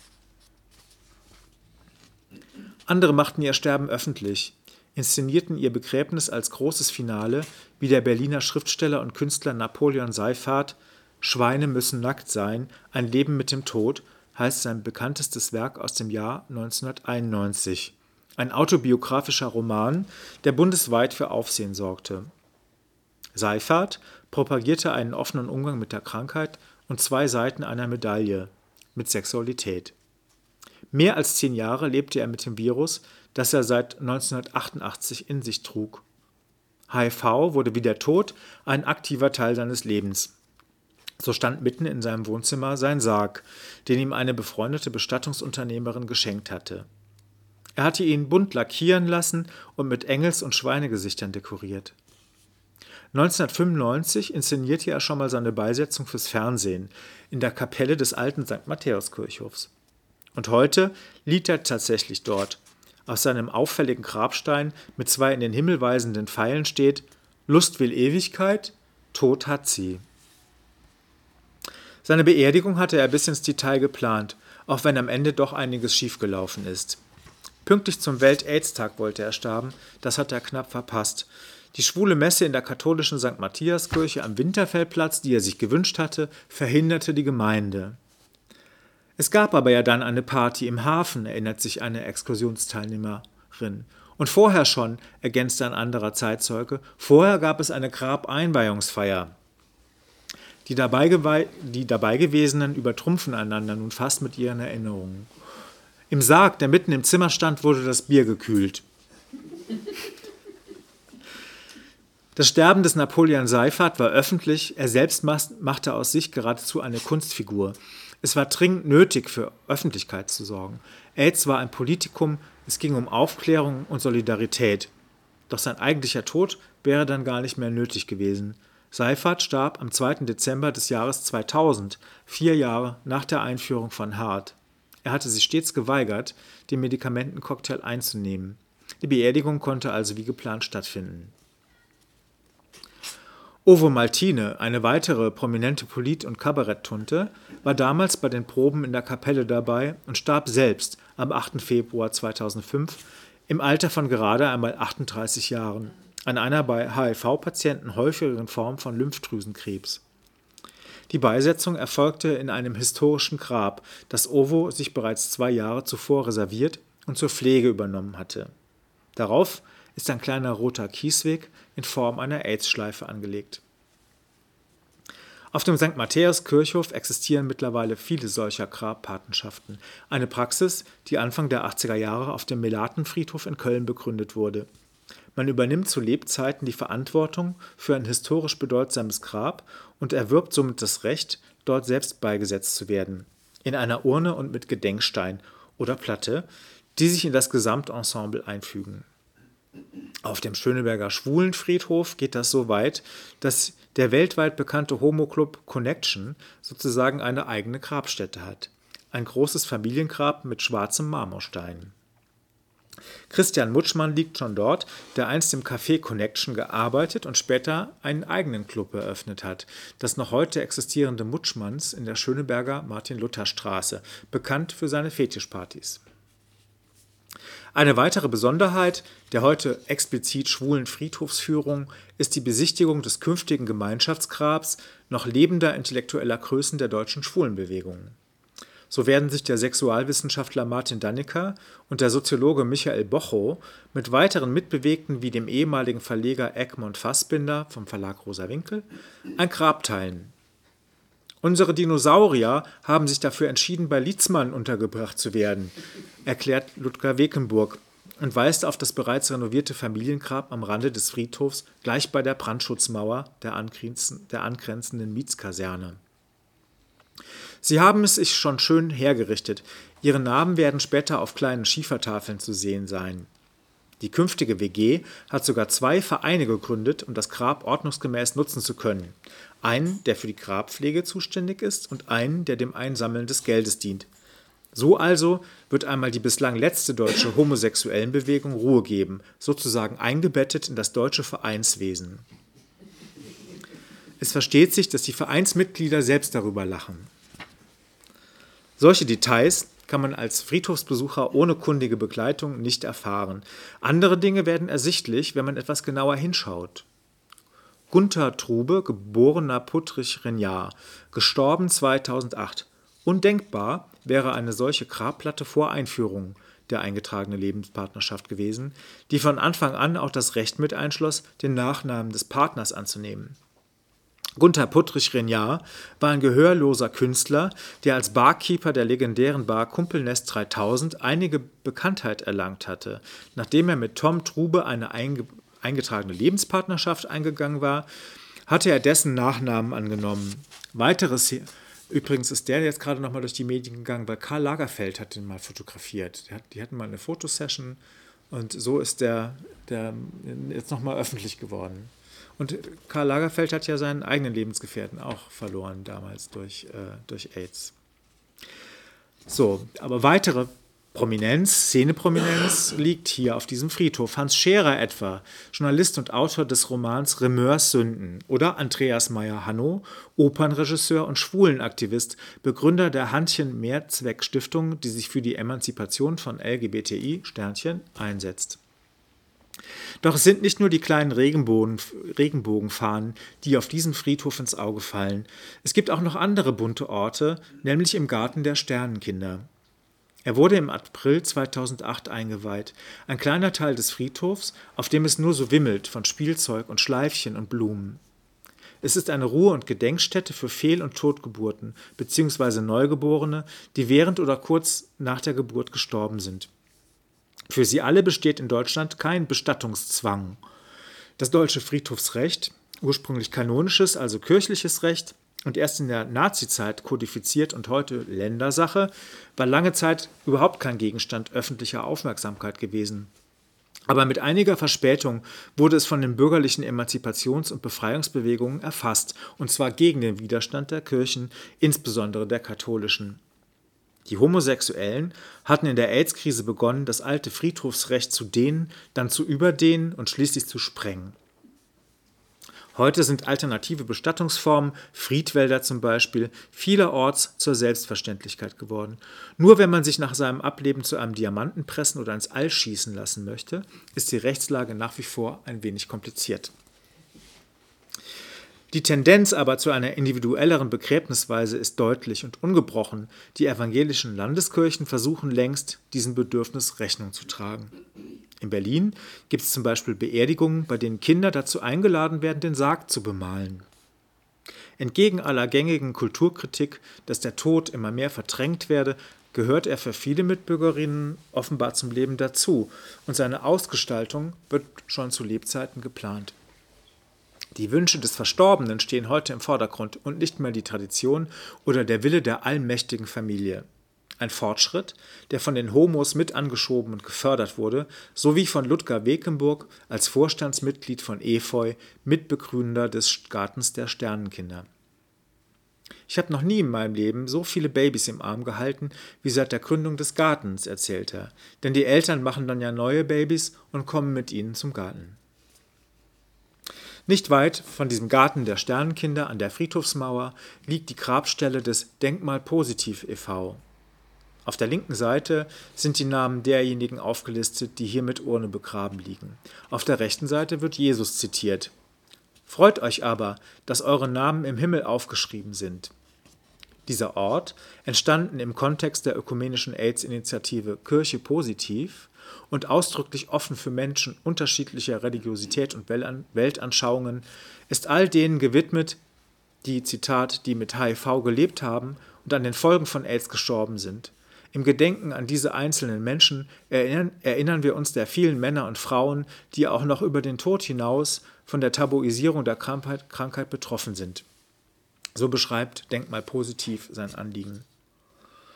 Andere machten ihr Sterben öffentlich, inszenierten ihr Begräbnis als großes Finale, wie der Berliner Schriftsteller und Künstler Napoleon Seyfarth. »Schweine müssen nackt sein, ein Leben mit dem Tod« heißt sein bekanntestes Werk aus dem Jahr 1991. Ein autobiografischer Roman, der bundesweit für Aufsehen sorgte. Seyfarth propagierte einen offenen Umgang mit der Krankheit und 2 Seiten einer Medaille mit Sexualität. Mehr als 10 Jahre lebte er mit dem Virus, das er seit 1988 in sich trug. HIV wurde wie der Tod ein aktiver Teil seines Lebens. So stand mitten in seinem Wohnzimmer sein Sarg, den ihm eine befreundete Bestattungsunternehmerin geschenkt hatte. Er hatte ihn bunt lackieren lassen und mit Engels- und Schweinegesichtern dekoriert. 1995 inszenierte er schon mal seine Beisetzung fürs Fernsehen in der Kapelle des alten St. Matthäuskirchhofs. Und heute liegt er tatsächlich dort. Auf seinem auffälligen Grabstein mit 2 in den Himmel weisenden Pfeilen steht: Lust will Ewigkeit, Tod hat sie. Seine Beerdigung hatte er bis ins Detail geplant, auch wenn am Ende doch einiges schiefgelaufen ist. Pünktlich zum Welt-Aids-Tag wollte er sterben, das hat er knapp verpasst. Die schwule Messe in der katholischen St. Matthiaskirche am Winterfeldplatz, die er sich gewünscht hatte, verhinderte die Gemeinde. Es gab aber ja dann eine Party im Hafen, erinnert sich eine Exkursionsteilnehmerin. Und vorher schon, ergänzte ein anderer Zeitzeuge, vorher gab es eine Grabeinweihungsfeier. Die Dabeigewesenen übertrumpfen einander nun fast mit ihren Erinnerungen. Im Sarg, der mitten im Zimmer stand, wurde das Bier gekühlt. Das Sterben des Napoleon Seyfarth war öffentlich, er selbst machte aus sich geradezu eine Kunstfigur. Es war dringend nötig, für Öffentlichkeit zu sorgen. AIDS war ein Politikum, es ging um Aufklärung und Solidarität. Doch sein eigentlicher Tod wäre dann gar nicht mehr nötig gewesen. Seyfarth starb am 2. Dezember des Jahres 2000, 4 Jahre nach der Einführung von HAART. Er hatte sich stets geweigert, den Medikamentencocktail einzunehmen. Die Beerdigung konnte also wie geplant stattfinden. Ovo Maltine, eine weitere prominente Polit- und Kabaretttunte, war damals bei den Proben in der Kapelle dabei und starb selbst am 8. Februar 2005 im Alter von gerade einmal 38 Jahren an einer bei HIV-Patienten häufigeren Form von Lymphdrüsenkrebs. Die Beisetzung erfolgte in einem historischen Grab, das Ovo sich bereits 2 Jahre zuvor reserviert und zur Pflege übernommen hatte. Darauf ist ein kleiner roter Kiesweg in Form einer AIDS-Schleife angelegt. Auf dem St. Matthäuskirchhof existieren mittlerweile viele solcher Grabpatenschaften. Eine Praxis, die Anfang der 80er Jahre auf dem Melatenfriedhof in Köln begründet wurde. Man übernimmt zu Lebzeiten die Verantwortung für ein historisch bedeutsames Grab und erwirbt somit das Recht, dort selbst beigesetzt zu werden. In einer Urne und mit Gedenkstein oder Platte, die sich in das Gesamtensemble einfügen. Auf dem Schöneberger Schwulenfriedhof geht das so weit, dass der weltweit bekannte Homo-Club Connection sozusagen eine eigene Grabstätte hat. Ein großes Familiengrab mit schwarzem Marmorstein. Christian Mutschmann liegt schon dort, der einst im Café Connection gearbeitet und später einen eigenen Club eröffnet hat, das noch heute existierende Mutschmanns in der Schöneberger Martin-Luther-Straße, bekannt für seine Fetischpartys. Eine weitere Besonderheit der heute explizit schwulen Friedhofsführung ist die Besichtigung des künftigen Gemeinschaftsgrabs noch lebender intellektueller Größen der deutschen Schwulenbewegung. So werden sich der Sexualwissenschaftler Martin Dannecker und der Soziologe Michael Bochow mit weiteren Mitbewegten wie dem ehemaligen Verleger Egmont Fassbinder vom Verlag Rosa Winkel ein Grab teilen. Unsere Dinosaurier haben sich dafür entschieden, bei Lietzmann untergebracht zu werden, erklärt Ludger Wekenburg und weist auf das bereits renovierte Familiengrab am Rande des Friedhofs gleich bei der Brandschutzmauer der angrenzenden Mietskaserne. Sie haben es sich schon schön hergerichtet. Ihre Namen werden später auf kleinen Schiefertafeln zu sehen sein. Die künftige WG hat sogar 2 Vereine gegründet, um das Grab ordnungsgemäß nutzen zu können. Einen, der für die Grabpflege zuständig ist, und einen, der dem Einsammeln des Geldes dient. So also wird einmal die bislang letzte deutsche Homosexuellenbewegung Ruhe geben, sozusagen eingebettet in das deutsche Vereinswesen. Es versteht sich, dass die Vereinsmitglieder selbst darüber lachen. Solche Details kann man als Friedhofsbesucher ohne kundige Begleitung nicht erfahren. Andere Dinge werden ersichtlich, wenn man etwas genauer hinschaut. Gunther Trube, geborener Puttrich-Renjard, gestorben 2008. Undenkbar wäre eine solche Grabplatte vor Einführung der eingetragenen Lebenspartnerschaft gewesen, die von Anfang an auch das Recht mit einschloss, den Nachnamen des Partners anzunehmen. Gunther Puttrich-Renjard war ein gehörloser Künstler, der als Barkeeper der legendären Bar Kumpelnest 3000 einige Bekanntheit erlangt hatte. Nachdem er mit Tom Trube eine eingetragene Lebenspartnerschaft eingegangen war, hatte er dessen Nachnamen angenommen. Übrigens ist der jetzt gerade nochmal durch die Medien gegangen, weil Karl Lagerfeld hat den mal fotografiert. Die hatten mal eine Fotosession und so ist der jetzt nochmal öffentlich geworden. Und Karl Lagerfeld hat ja seinen eigenen Lebensgefährten auch verloren damals durch AIDS. So, aber weitere Szeneprominenz liegt hier auf diesem Friedhof. Hans Scherer etwa, Journalist und Autor des Romans Remeurs Sünden, oder Andreas Meyer-Hanno, Opernregisseur und Schwulenaktivist, Begründer der Hannchen-Mehrzweck-Stiftung, die sich für die Emanzipation von LGBTI einsetzt. Doch es sind nicht nur die kleinen Regenbogenfahnen, die auf diesen Friedhof ins Auge fallen. Es gibt auch noch andere bunte Orte, nämlich im Garten der Sternenkinder. Er wurde im April 2008 eingeweiht. Ein kleiner Teil des Friedhofs, auf dem es nur so wimmelt von Spielzeug und Schleifchen und Blumen. Es ist eine Ruhe- und Gedenkstätte für Fehl- und Totgeburten bzw. Neugeborene, die während oder kurz nach der Geburt gestorben sind. Für sie alle besteht in Deutschland kein Bestattungszwang. Das deutsche Friedhofsrecht, ursprünglich kanonisches, also kirchliches Recht, und erst in der Nazizeit kodifiziert und heute Ländersache, war lange Zeit überhaupt kein Gegenstand öffentlicher Aufmerksamkeit gewesen. Aber mit einiger Verspätung wurde es von den bürgerlichen Emanzipations- und Befreiungsbewegungen erfasst, und zwar gegen den Widerstand der Kirchen, insbesondere der katholischen. Die Homosexuellen hatten in der AIDS-Krise begonnen, das alte Friedhofsrecht zu dehnen, dann zu überdehnen und schließlich zu sprengen. Heute sind alternative Bestattungsformen, Friedwälder zum Beispiel, vielerorts zur Selbstverständlichkeit geworden. Nur wenn man sich nach seinem Ableben zu einem Diamanten pressen oder ins All schießen lassen möchte, ist die Rechtslage nach wie vor ein wenig kompliziert. Die Tendenz aber zu einer individuelleren Begräbnisweise ist deutlich und ungebrochen. Die evangelischen Landeskirchen versuchen längst, diesem Bedürfnis Rechnung zu tragen. In Berlin gibt es zum Beispiel Beerdigungen, bei denen Kinder dazu eingeladen werden, den Sarg zu bemalen. Entgegen aller gängigen Kulturkritik, dass der Tod immer mehr verdrängt werde, gehört er für viele Mitbürgerinnen offenbar zum Leben dazu und seine Ausgestaltung wird schon zu Lebzeiten geplant. Die Wünsche des Verstorbenen stehen heute im Vordergrund und nicht mehr die Tradition oder der Wille der allmächtigen Familie. Ein Fortschritt, der von den Homos mit angeschoben und gefördert wurde, sowie von Ludger Wekenburg als Vorstandsmitglied von Efeu, Mitbegründer des Gartens der Sternenkinder. Ich habe noch nie in meinem Leben so viele Babys im Arm gehalten, wie seit der Gründung des Gartens, erzählt er. Denn die Eltern machen dann ja neue Babys und kommen mit ihnen zum Garten. Nicht weit von diesem Garten der Sternenkinder an der Friedhofsmauer liegt die Grabstelle des Denkmal Positiv e.V. Auf der linken Seite sind die Namen derjenigen aufgelistet, die hier mit Urne begraben liegen. Auf der rechten Seite wird Jesus zitiert. Freut euch aber, dass eure Namen im Himmel aufgeschrieben sind. Dieser Ort, entstanden im Kontext der ökumenischen AIDS-Initiative Kirche Positiv und ausdrücklich offen für Menschen unterschiedlicher Religiosität und Weltanschauungen, ist all denen gewidmet, die, Zitat, die mit HIV gelebt haben und an den Folgen von AIDS gestorben sind. Im Gedenken an diese einzelnen Menschen erinnern wir uns der vielen Männer und Frauen, die auch noch über den Tod hinaus von der Tabuisierung der Krankheit betroffen sind. So beschreibt Denkmal Positiv sein Anliegen.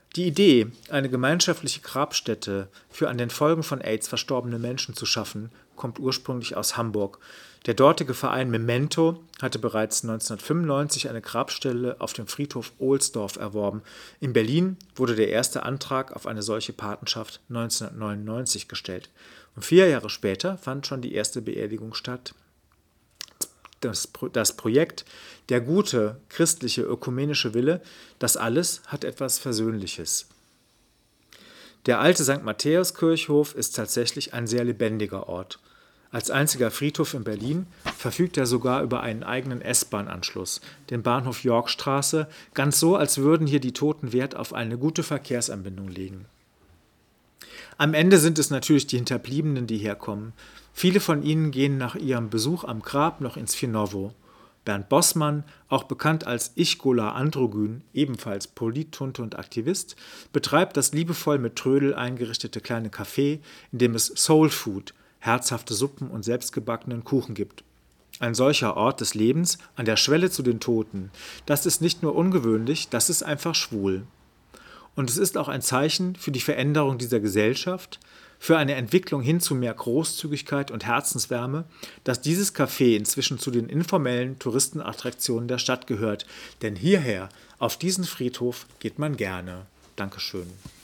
Die Idee, eine gemeinschaftliche Grabstätte für an den Folgen von AIDS verstorbene Menschen zu schaffen, kommt ursprünglich aus Hamburg. Der dortige Verein Memento hatte bereits 1995 eine Grabstelle auf dem Friedhof Ohlsdorf erworben. In Berlin wurde der erste Antrag auf eine solche Patenschaft 1999 gestellt. Und 4 Jahre später fand schon die erste Beerdigung statt. Das Projekt Der gute, christliche, ökumenische Wille, das alles hat etwas Versöhnliches. Der alte St. Matthäus-Kirchhof ist tatsächlich ein sehr lebendiger Ort. Als einziger Friedhof in Berlin verfügt er sogar über einen eigenen S-Bahn-Anschluss, den Bahnhof Yorkstraße, ganz so, als würden hier die Toten Wert auf eine gute Verkehrsanbindung legen. Am Ende sind es natürlich die Hinterbliebenen, die herkommen. Viele von ihnen gehen nach ihrem Besuch am Grab noch ins Finovo. Bernd Bossmann, auch bekannt als Ichgola Androgyn, ebenfalls Polittunte und Aktivist, betreibt das liebevoll mit Trödel eingerichtete kleine Café, in dem es Soul Food, herzhafte Suppen und selbstgebackenen Kuchen gibt. Ein solcher Ort des Lebens an der Schwelle zu den Toten, das ist nicht nur ungewöhnlich, das ist einfach schwul. Und es ist auch ein Zeichen für die Veränderung dieser Gesellschaft, für eine Entwicklung hin zu mehr Großzügigkeit und Herzenswärme, dass dieses Café inzwischen zu den informellen Touristenattraktionen der Stadt gehört. Denn hierher, auf diesen Friedhof, geht man gerne. Dankeschön.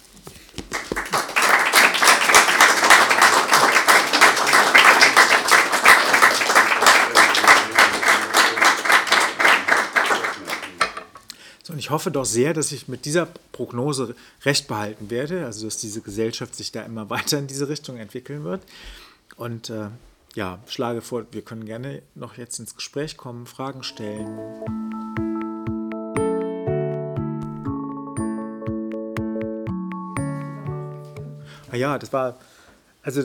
Und ich hoffe doch sehr, dass ich mit dieser Prognose recht behalten werde, also dass diese Gesellschaft sich da immer weiter in diese Richtung entwickeln wird. Und schlage vor, wir können gerne noch jetzt ins Gespräch kommen, Fragen stellen. Das war, also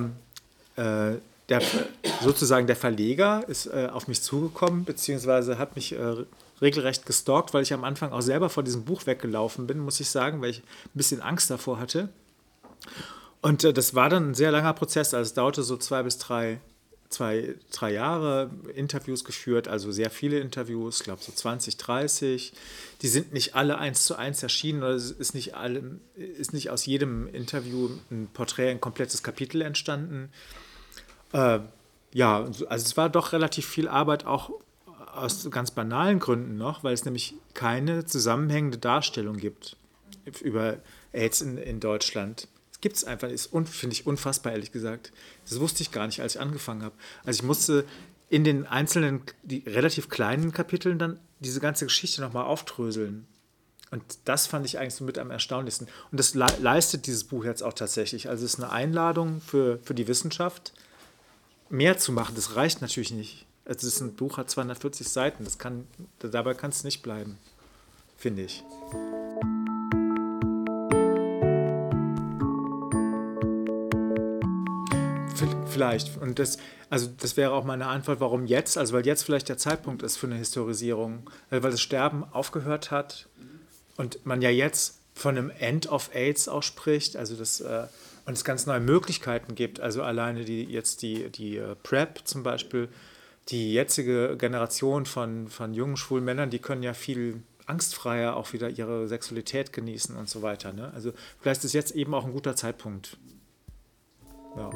sozusagen der Verleger ist auf mich zugekommen, beziehungsweise hat mich regelrecht gestalkt, weil ich am Anfang auch selber vor diesem Buch weggelaufen bin, muss ich sagen, weil ich ein bisschen Angst davor hatte. Und das war dann ein sehr langer Prozess, also es dauerte so 2 bis 3 Jahre, Interviews geführt, also sehr viele Interviews, ich glaube so 20, 30. Die sind nicht alle 1:1 erschienen, oder es ist nicht aus jedem Interview ein Porträt, ein komplettes Kapitel entstanden. Also es war doch relativ viel Arbeit, auch aus ganz banalen Gründen noch, weil es nämlich keine zusammenhängende Darstellung gibt über AIDS in Deutschland. Es gibt es einfach, finde ich unfassbar, ehrlich gesagt. Das wusste ich gar nicht, als ich angefangen habe. Also ich musste in den einzelnen, die relativ kleinen Kapiteln dann diese ganze Geschichte nochmal aufdröseln. Und das fand ich eigentlich so mit am erstaunlichsten. Und das leistet dieses Buch jetzt auch tatsächlich. Also es ist eine Einladung für die Wissenschaft, mehr zu machen. Das reicht natürlich nicht. Also das ist ein Buch, hat 240 Seiten. Dabei kann es nicht bleiben, finde ich. Vielleicht. Und das wäre auch meine Antwort, warum jetzt? Also weil jetzt vielleicht der Zeitpunkt ist für eine Historisierung. Weil das Sterben aufgehört hat und man ja jetzt von einem End of AIDS auch spricht. Also und es ganz neue Möglichkeiten gibt. Also alleine die PrEP zum Beispiel. Die jetzige Generation von jungen schwulen Männern, die können ja viel angstfreier auch wieder ihre Sexualität genießen und so weiter. Ne? Also vielleicht ist jetzt eben auch ein guter Zeitpunkt. Ja.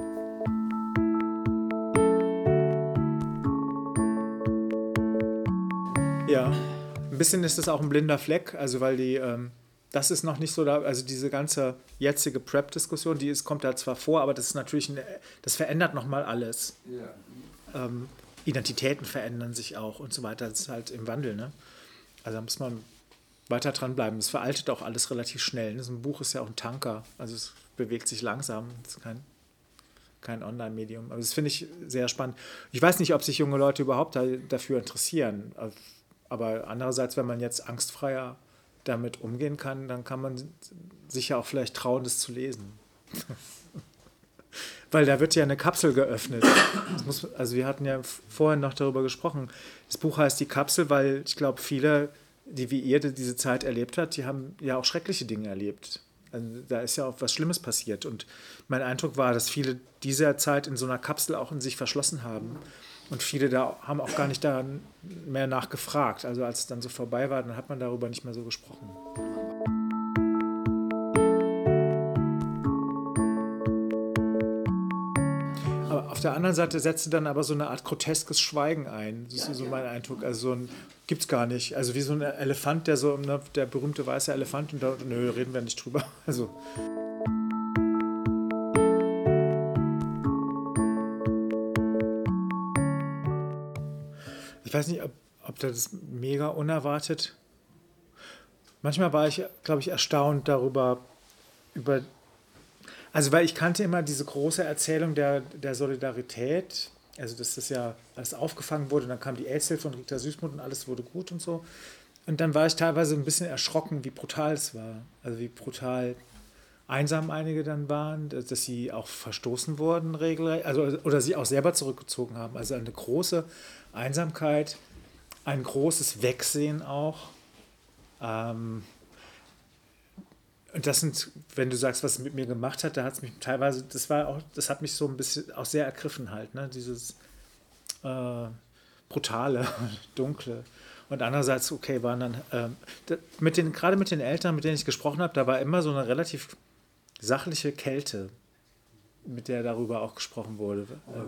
Ja, ein bisschen ist das auch ein blinder Fleck, also weil das ist noch nicht so da, also diese ganze jetzige PrEP-Diskussion, kommt da zwar vor, aber das ist natürlich, das verändert nochmal alles. Ja. Identitäten verändern sich auch und so weiter. Das ist halt im Wandel, ne? Also da muss man weiter dranbleiben. Es veraltet auch alles relativ schnell. So ein Buch ist ja auch ein Tanker. Also es bewegt sich langsam. Es ist kein Online-Medium. Aber das finde ich sehr spannend. Ich weiß nicht, ob sich junge Leute überhaupt dafür interessieren. Aber andererseits, wenn man jetzt angstfreier damit umgehen kann, dann kann man sich ja auch vielleicht trauen, das zu lesen. Weil da wird ja eine Kapsel geöffnet. Also wir hatten ja vorhin noch darüber gesprochen. Das Buch heißt Die Kapsel, weil ich glaube, viele, die wie ihr diese Zeit erlebt hat, die haben ja auch schreckliche Dinge erlebt. Also da ist ja auch was Schlimmes passiert. Und mein Eindruck war, dass viele dieser Zeit in so einer Kapsel auch in sich verschlossen haben. Und viele da haben auch gar nicht da mehr nachgefragt. Also als es dann so vorbei war, dann hat man darüber nicht mehr so gesprochen. der anderen Seite setzte dann aber so eine Art groteskes Schweigen ein. Das ist so mein Eindruck. Also so ein gibt's gar nicht. Also wie so ein Elefant, der so, ne, der berühmte weiße Elefant, und da, nö, reden wir nicht drüber. Also. Ich weiß nicht, ob das mega unerwartet. Manchmal war ich, glaube ich, erstaunt darüber, also weil ich kannte immer diese große Erzählung der Solidarität, also dass das ja alles aufgefangen wurde, dann kam die AIDS-Hilfe von Rita Süßmuth und alles wurde gut und so. Und dann war ich teilweise ein bisschen erschrocken, wie brutal es war. Also wie brutal einsam einige dann waren, dass sie auch verstoßen wurden regelrecht, also oder sie auch selber zurückgezogen haben. Also eine große Einsamkeit, ein großes Wegsehen auch. Und das sind, wenn du sagst, was es mit mir gemacht hat, da hat es mich teilweise, das hat mich so ein bisschen auch sehr ergriffen halt, ne? Dieses brutale, dunkle. Und andererseits, okay, waren dann, gerade mit den Eltern, mit denen ich gesprochen habe, da war immer so eine relativ sachliche Kälte, mit der darüber auch gesprochen wurde. Also.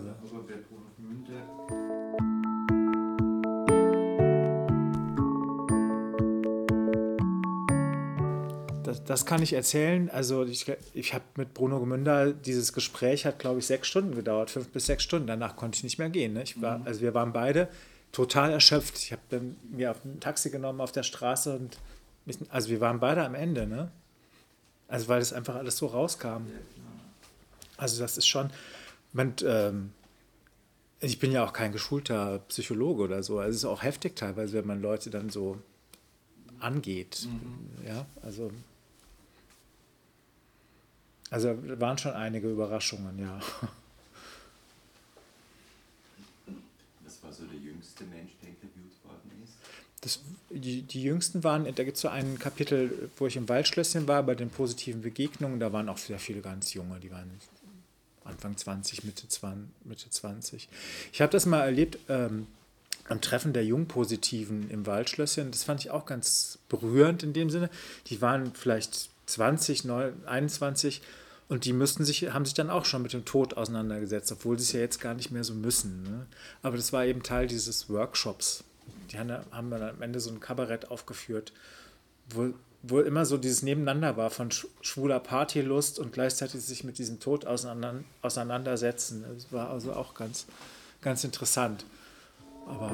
Das kann ich erzählen. Also ich habe mit Bruno Gmünder, dieses Gespräch hat, glaube ich, 6 Stunden gedauert, 5 bis 6 Stunden. Danach konnte ich nicht mehr gehen. Ne? Also wir waren beide total erschöpft. Ich habe dann mir auf ein Taxi genommen auf der Straße und also wir waren beide am Ende. Ne? Also weil das einfach alles so rauskam. Also das ist schon, ich bin ja auch kein geschulter Psychologe oder so. Also es ist auch heftig teilweise, wenn man Leute dann so angeht. Ja, also waren schon einige Überraschungen, ja. Was war so der jüngste Mensch, der interviewt worden ist? Die jüngsten waren, da gibt es so ein Kapitel, wo ich im Waldschlösschen war, bei den positiven Begegnungen, da waren auch sehr viele ganz junge, die waren Anfang 20, Mitte 20. Ich habe das mal erlebt, am Treffen der Jungpositiven im Waldschlösschen, das fand ich auch ganz berührend in dem Sinne. Die waren vielleicht 20, 21 und die haben sich dann auch schon mit dem Tod auseinandergesetzt, obwohl sie es ja jetzt gar nicht mehr so müssen. Ne? Aber das war eben Teil dieses Workshops. Die haben dann am Ende so ein Kabarett aufgeführt, wo immer so dieses Nebeneinander war von schwuler Partylust und gleichzeitig sich mit diesem Tod auseinandersetzen. Das war also auch ganz, ganz interessant. Aber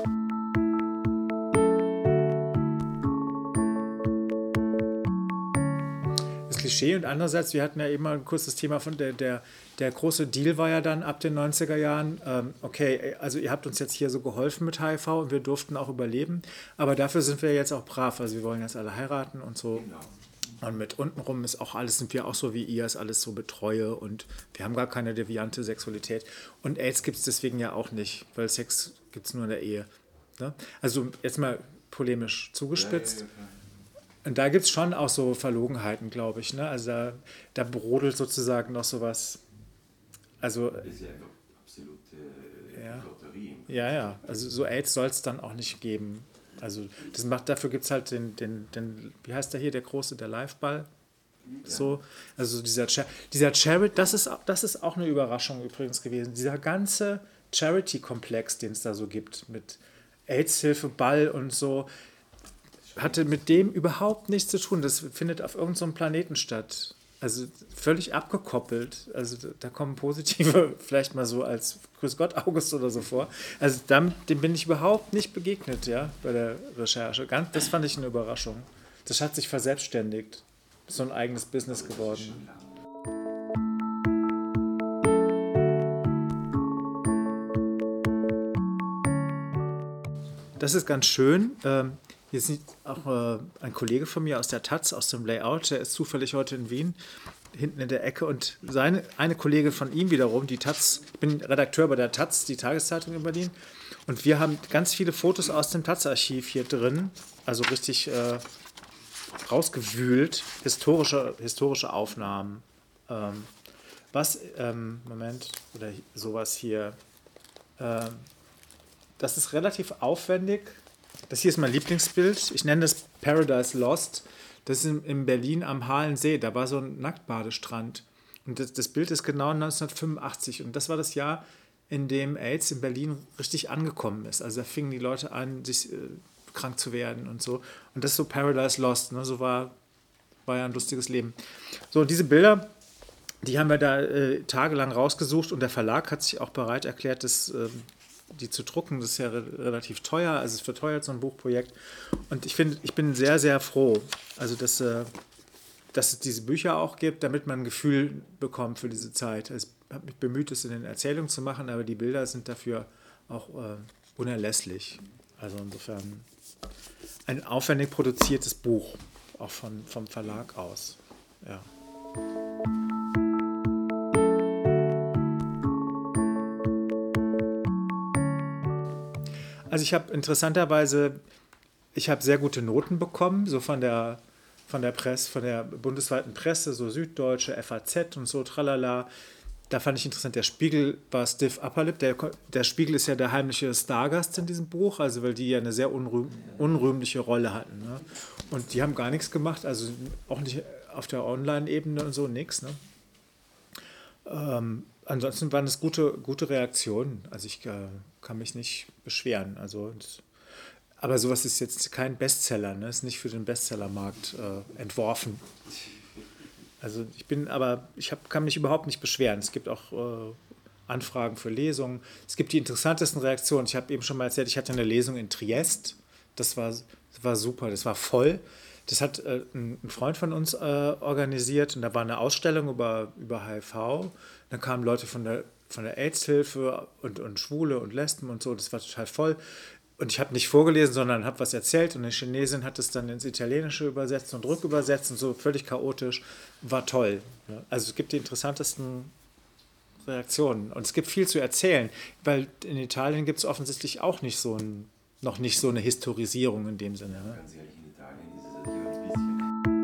das Klischee und andererseits, wir hatten ja eben mal ein kurzes Thema von der große Deal war ja dann ab den 90er Jahren, okay, also ihr habt uns jetzt hier so geholfen mit HIV und wir durften auch überleben, aber dafür sind wir jetzt auch brav, also wir wollen jetzt alle heiraten und so. Genau. Und mit untenrum ist auch alles, sind wir auch so wie ihr, ist alles so Betreue und wir haben gar keine deviante Sexualität. Und AIDS gibt es deswegen ja auch nicht, weil Sex gibt es nur in der Ehe. Ne? Also jetzt mal polemisch zugespitzt. Ja. Und da gibt es schon auch so Verlogenheiten, glaube ich. Ne? Also da brodelt sozusagen noch sowas. Also, das ist ja einfach absolute Lotterie. Ja. Also so AIDS soll es dann auch nicht geben. Also dafür gibt es halt den, wie heißt der hier, der große, der Liveball? So, also dieser Charity, das ist auch eine Überraschung übrigens gewesen. Dieser ganze Charity-Komplex, den es da so gibt, mit AIDS-Hilfe, Ball und so, hatte mit dem überhaupt nichts zu tun. Das findet auf irgendeinem Planeten statt. Also völlig abgekoppelt. Also da kommen Positive vielleicht mal so als Grüß Gott August oder so vor. Also dem bin ich überhaupt nicht begegnet, ja, bei der Recherche. Das fand ich eine Überraschung. Das hat sich verselbstständigt. So ein eigenes Business geworden. Das ist ganz schön. Hier ist auch ein Kollege von mir aus der Taz, aus dem Layout, der ist zufällig heute in Wien, hinten in der Ecke. Und eine Kollegin von ihm wiederum, die Taz, ich bin Redakteur bei der Taz, die Tageszeitung in Berlin. Und wir haben ganz viele Fotos aus dem Taz-Archiv hier drin, also richtig rausgewühlt, historische Aufnahmen. Moment, oder sowas hier. Das ist relativ aufwendig. Das hier ist mein Lieblingsbild. Ich nenne das Paradise Lost. Das ist in Berlin am Halensee. Da war so ein Nacktbadestrand. Und das Bild ist genau 1985 und das war das Jahr, in dem AIDS in Berlin richtig angekommen ist. Also da fingen die Leute an, sich krank zu werden und so. Und das ist so Paradise Lost, ne? So war ja ein lustiges Leben. So, und diese Bilder, die haben wir da tagelang rausgesucht und der Verlag hat sich auch bereit erklärt, die zu drucken. Das ist ja relativ teuer, also es verteuert so ein Buchprojekt. Und ich bin sehr, sehr froh, also dass es diese Bücher auch gibt, damit man ein Gefühl bekommt für diese Zeit. Also ich habe mich bemüht, es in den Erzählungen zu machen, aber die Bilder sind dafür auch unerlässlich. Also insofern ein aufwendig produziertes Buch, auch vom Verlag aus. Ja. Also ich habe interessanterweise, sehr gute Noten bekommen, so von der Presse, von der bundesweiten Presse, so Süddeutsche, FAZ und so, tralala. Da fand ich interessant, der Spiegel war stiff upper lip. Der Spiegel ist ja der heimliche Stargast in diesem Buch, also weil die ja eine sehr unrühmliche Rolle hatten. Ne? Und die haben gar nichts gemacht, also auch nicht auf der Online-Ebene und so, nichts. Ne? Ansonsten waren es gute Reaktionen. Also ich kann mich nicht beschweren. Aber sowas ist jetzt kein Bestseller, ne? Ist nicht für den Bestsellermarkt entworfen. Also kann mich überhaupt nicht beschweren. Es gibt auch Anfragen für Lesungen. Es gibt die interessantesten Reaktionen. Ich habe eben schon mal erzählt, ich hatte eine Lesung in Triest. Das war super, das war voll. Das hat ein Freund von uns organisiert und da war eine Ausstellung über HIV. Dann kamen Leute von der AIDS-Hilfe und Schwule und Lesben und so. Das war total voll. Und ich habe nicht vorgelesen, sondern habe was erzählt und eine Chinesin hat es dann ins Italienische übersetzt und rückübersetzt und so völlig chaotisch. War toll. Also es gibt die interessantesten Reaktionen und es gibt viel zu erzählen, weil in Italien gibt es offensichtlich auch noch nicht so eine Historisierung in dem Sinne. Ne? Ganz ehrlich, in Italien ist es natürlich ein bisschen.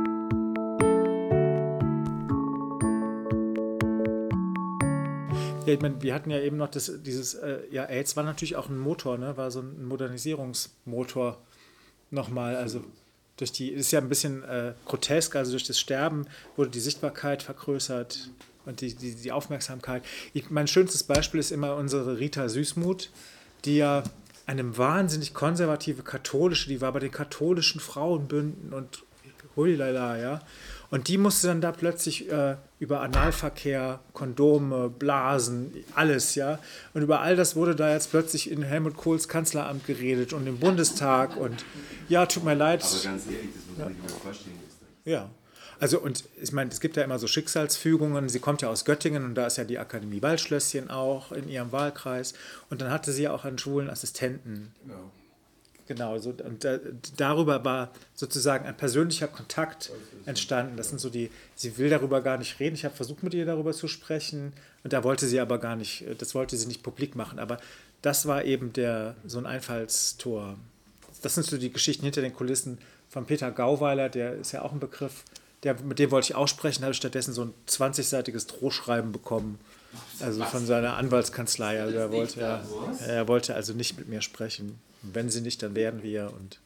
Ja, ich meine, wir hatten ja eben noch AIDS war natürlich auch ein Motor, ne? War so ein Modernisierungsmotor nochmal, also ist ja ein bisschen grotesk, also durch das Sterben wurde die Sichtbarkeit vergrößert und die Aufmerksamkeit. Mein schönstes Beispiel ist immer unsere Rita Süßmuth, die ja eine wahnsinnig konservative Katholische, die war bei den katholischen Frauenbünden und hulilala, ja. Und die musste dann da plötzlich über Analverkehr, Kondome, Blasen, alles, ja. Und über all das wurde da jetzt plötzlich in Helmut Kohls Kanzleramt geredet und im Bundestag und ja, tut mir leid. Aber ganz ehrlich, das muss man sich mal vorstellen. Ja, also und ich meine, es gibt ja immer so Schicksalsfügungen. Sie kommt ja aus Göttingen und da ist ja die Akademie Waldschlösschen auch in ihrem Wahlkreis. Und dann hatte sie ja auch einen schwulen Assistenten. Genau, so, und darüber war sozusagen ein persönlicher Kontakt entstanden. Das sind so sie will darüber gar nicht reden. Ich habe versucht, mit ihr darüber zu sprechen und da wollte sie aber gar nicht, das wollte sie nicht publik machen. Aber das war eben so ein Einfallstor. Das sind so die Geschichten hinter den Kulissen von Peter Gauweiler, der ist ja auch ein Begriff, mit dem wollte ich auch sprechen, habe ich stattdessen so ein 20-seitiges Drohschreiben bekommen. Also von seiner Anwaltskanzlei. Also er wollte also nicht mit mir sprechen. Wenn sie nicht, dann werden wir. Und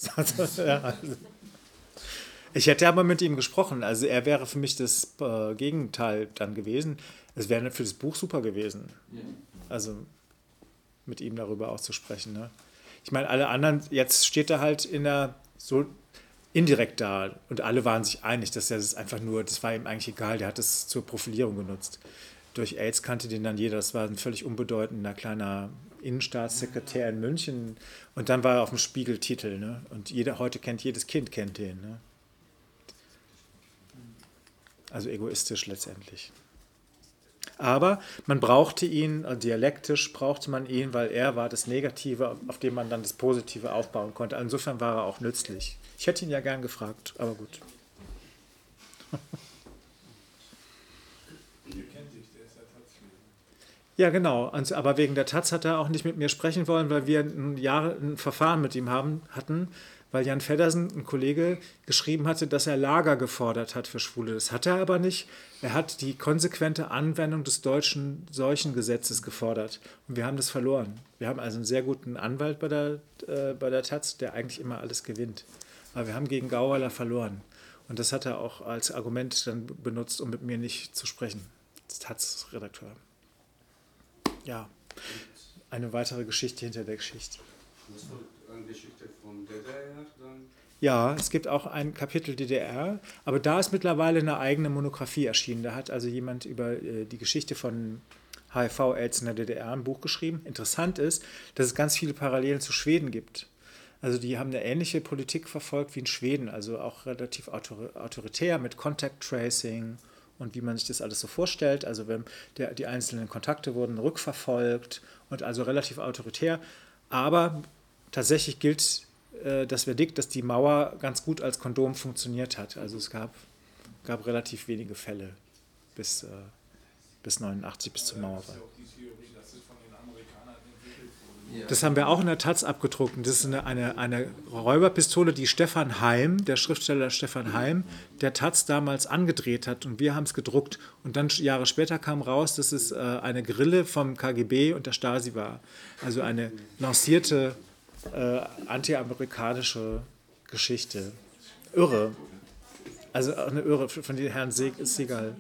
ich hätte aber mit ihm gesprochen. Also er wäre für mich das Gegenteil dann gewesen. Es wäre für das Buch super gewesen. Also mit ihm darüber auch zu sprechen. Ne? Ich meine, alle anderen, jetzt steht er halt so indirekt da und alle waren sich einig, dass das war ihm eigentlich egal, der hat es zur Profilierung genutzt. Durch AIDS kannte den dann jeder, das war ein völlig unbedeutender kleiner Innenstaatssekretär in München und dann war er auf dem Spiegeltitel, ne? Und jedes Kind kennt den, ne? Also egoistisch letztendlich. Aber man brauchte ihn, dialektisch brauchte man ihn, weil er war das Negative, auf dem man dann das Positive aufbauen konnte. Insofern war er auch nützlich. Ich hätte ihn ja gern gefragt, aber gut. Ja, genau. Aber wegen der Taz hat er auch nicht mit mir sprechen wollen, weil wir ein Verfahren mit ihm hatten, weil Jan Feddersen, ein Kollege, geschrieben hatte, dass er Lager gefordert hat für Schwule. Das hat er aber nicht. Er hat die konsequente Anwendung des deutschen Seuchengesetzes gefordert. Und wir haben das verloren. Wir haben also einen sehr guten Anwalt bei der Taz, der eigentlich immer alles gewinnt. Aber wir haben gegen Gauweiler verloren. Und das hat er auch als Argument dann benutzt, um mit mir nicht zu sprechen. Als Taz-Redakteur. Ja, eine weitere Geschichte hinter der Geschichte. Was war eine Geschichte von DDR dann? Ja, es gibt auch ein Kapitel DDR, aber da ist mittlerweile eine eigene Monographie erschienen. Da hat also jemand über die Geschichte von HIV-Aids in der DDR ein Buch geschrieben. Interessant ist, dass es ganz viele Parallelen zu Schweden gibt. Also die haben eine ähnliche Politik verfolgt wie in Schweden, also auch relativ autoritär mit Contact Tracing und wie man sich das alles so vorstellt. Also wenn die einzelnen Kontakte wurden rückverfolgt und also relativ autoritär. Aber tatsächlich gilt das Verdikt, dass die Mauer ganz gut als Kondom funktioniert hat. Also es gab relativ wenige Fälle bis 89, bis zur Mauerfall. Das haben wir auch in der Taz abgedruckt. Das ist eine Räuberpistole, die Stefan Heim, der Schriftsteller Stefan Heim, der Taz damals angedreht hat. Und wir haben es gedruckt. Und dann Jahre später kam raus, dass es eine Grille vom KGB und der Stasi war. Also eine lancierte anti-amerikanische Geschichte. Irre. Also eine Irre von den Herrn Segal.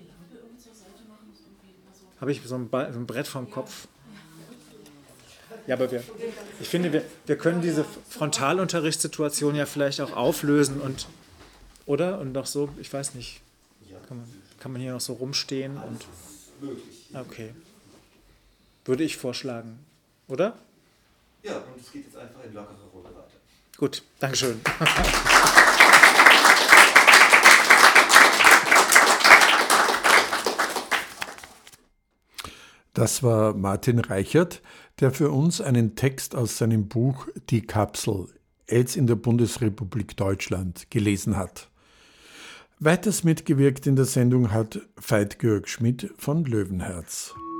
Habe ich so ein Brett vom Kopf? Ja, aber ich finde, wir können diese Frontalunterrichtssituation ja vielleicht auch auflösen oder? Und noch so, ich weiß nicht, kann man hier noch so rumstehen? Und okay. Würde ich vorschlagen, oder? Ja, und es geht jetzt einfach in lockere Runde weiter. Gut, Dankeschön. Das war Martin Reichert, der für uns einen Text aus seinem Buch Die Kapsel, AIDS in der Bundesrepublik Deutschland, gelesen hat. Weiters mitgewirkt in der Sendung hat Veit Georg Schmidt von Löwenherz.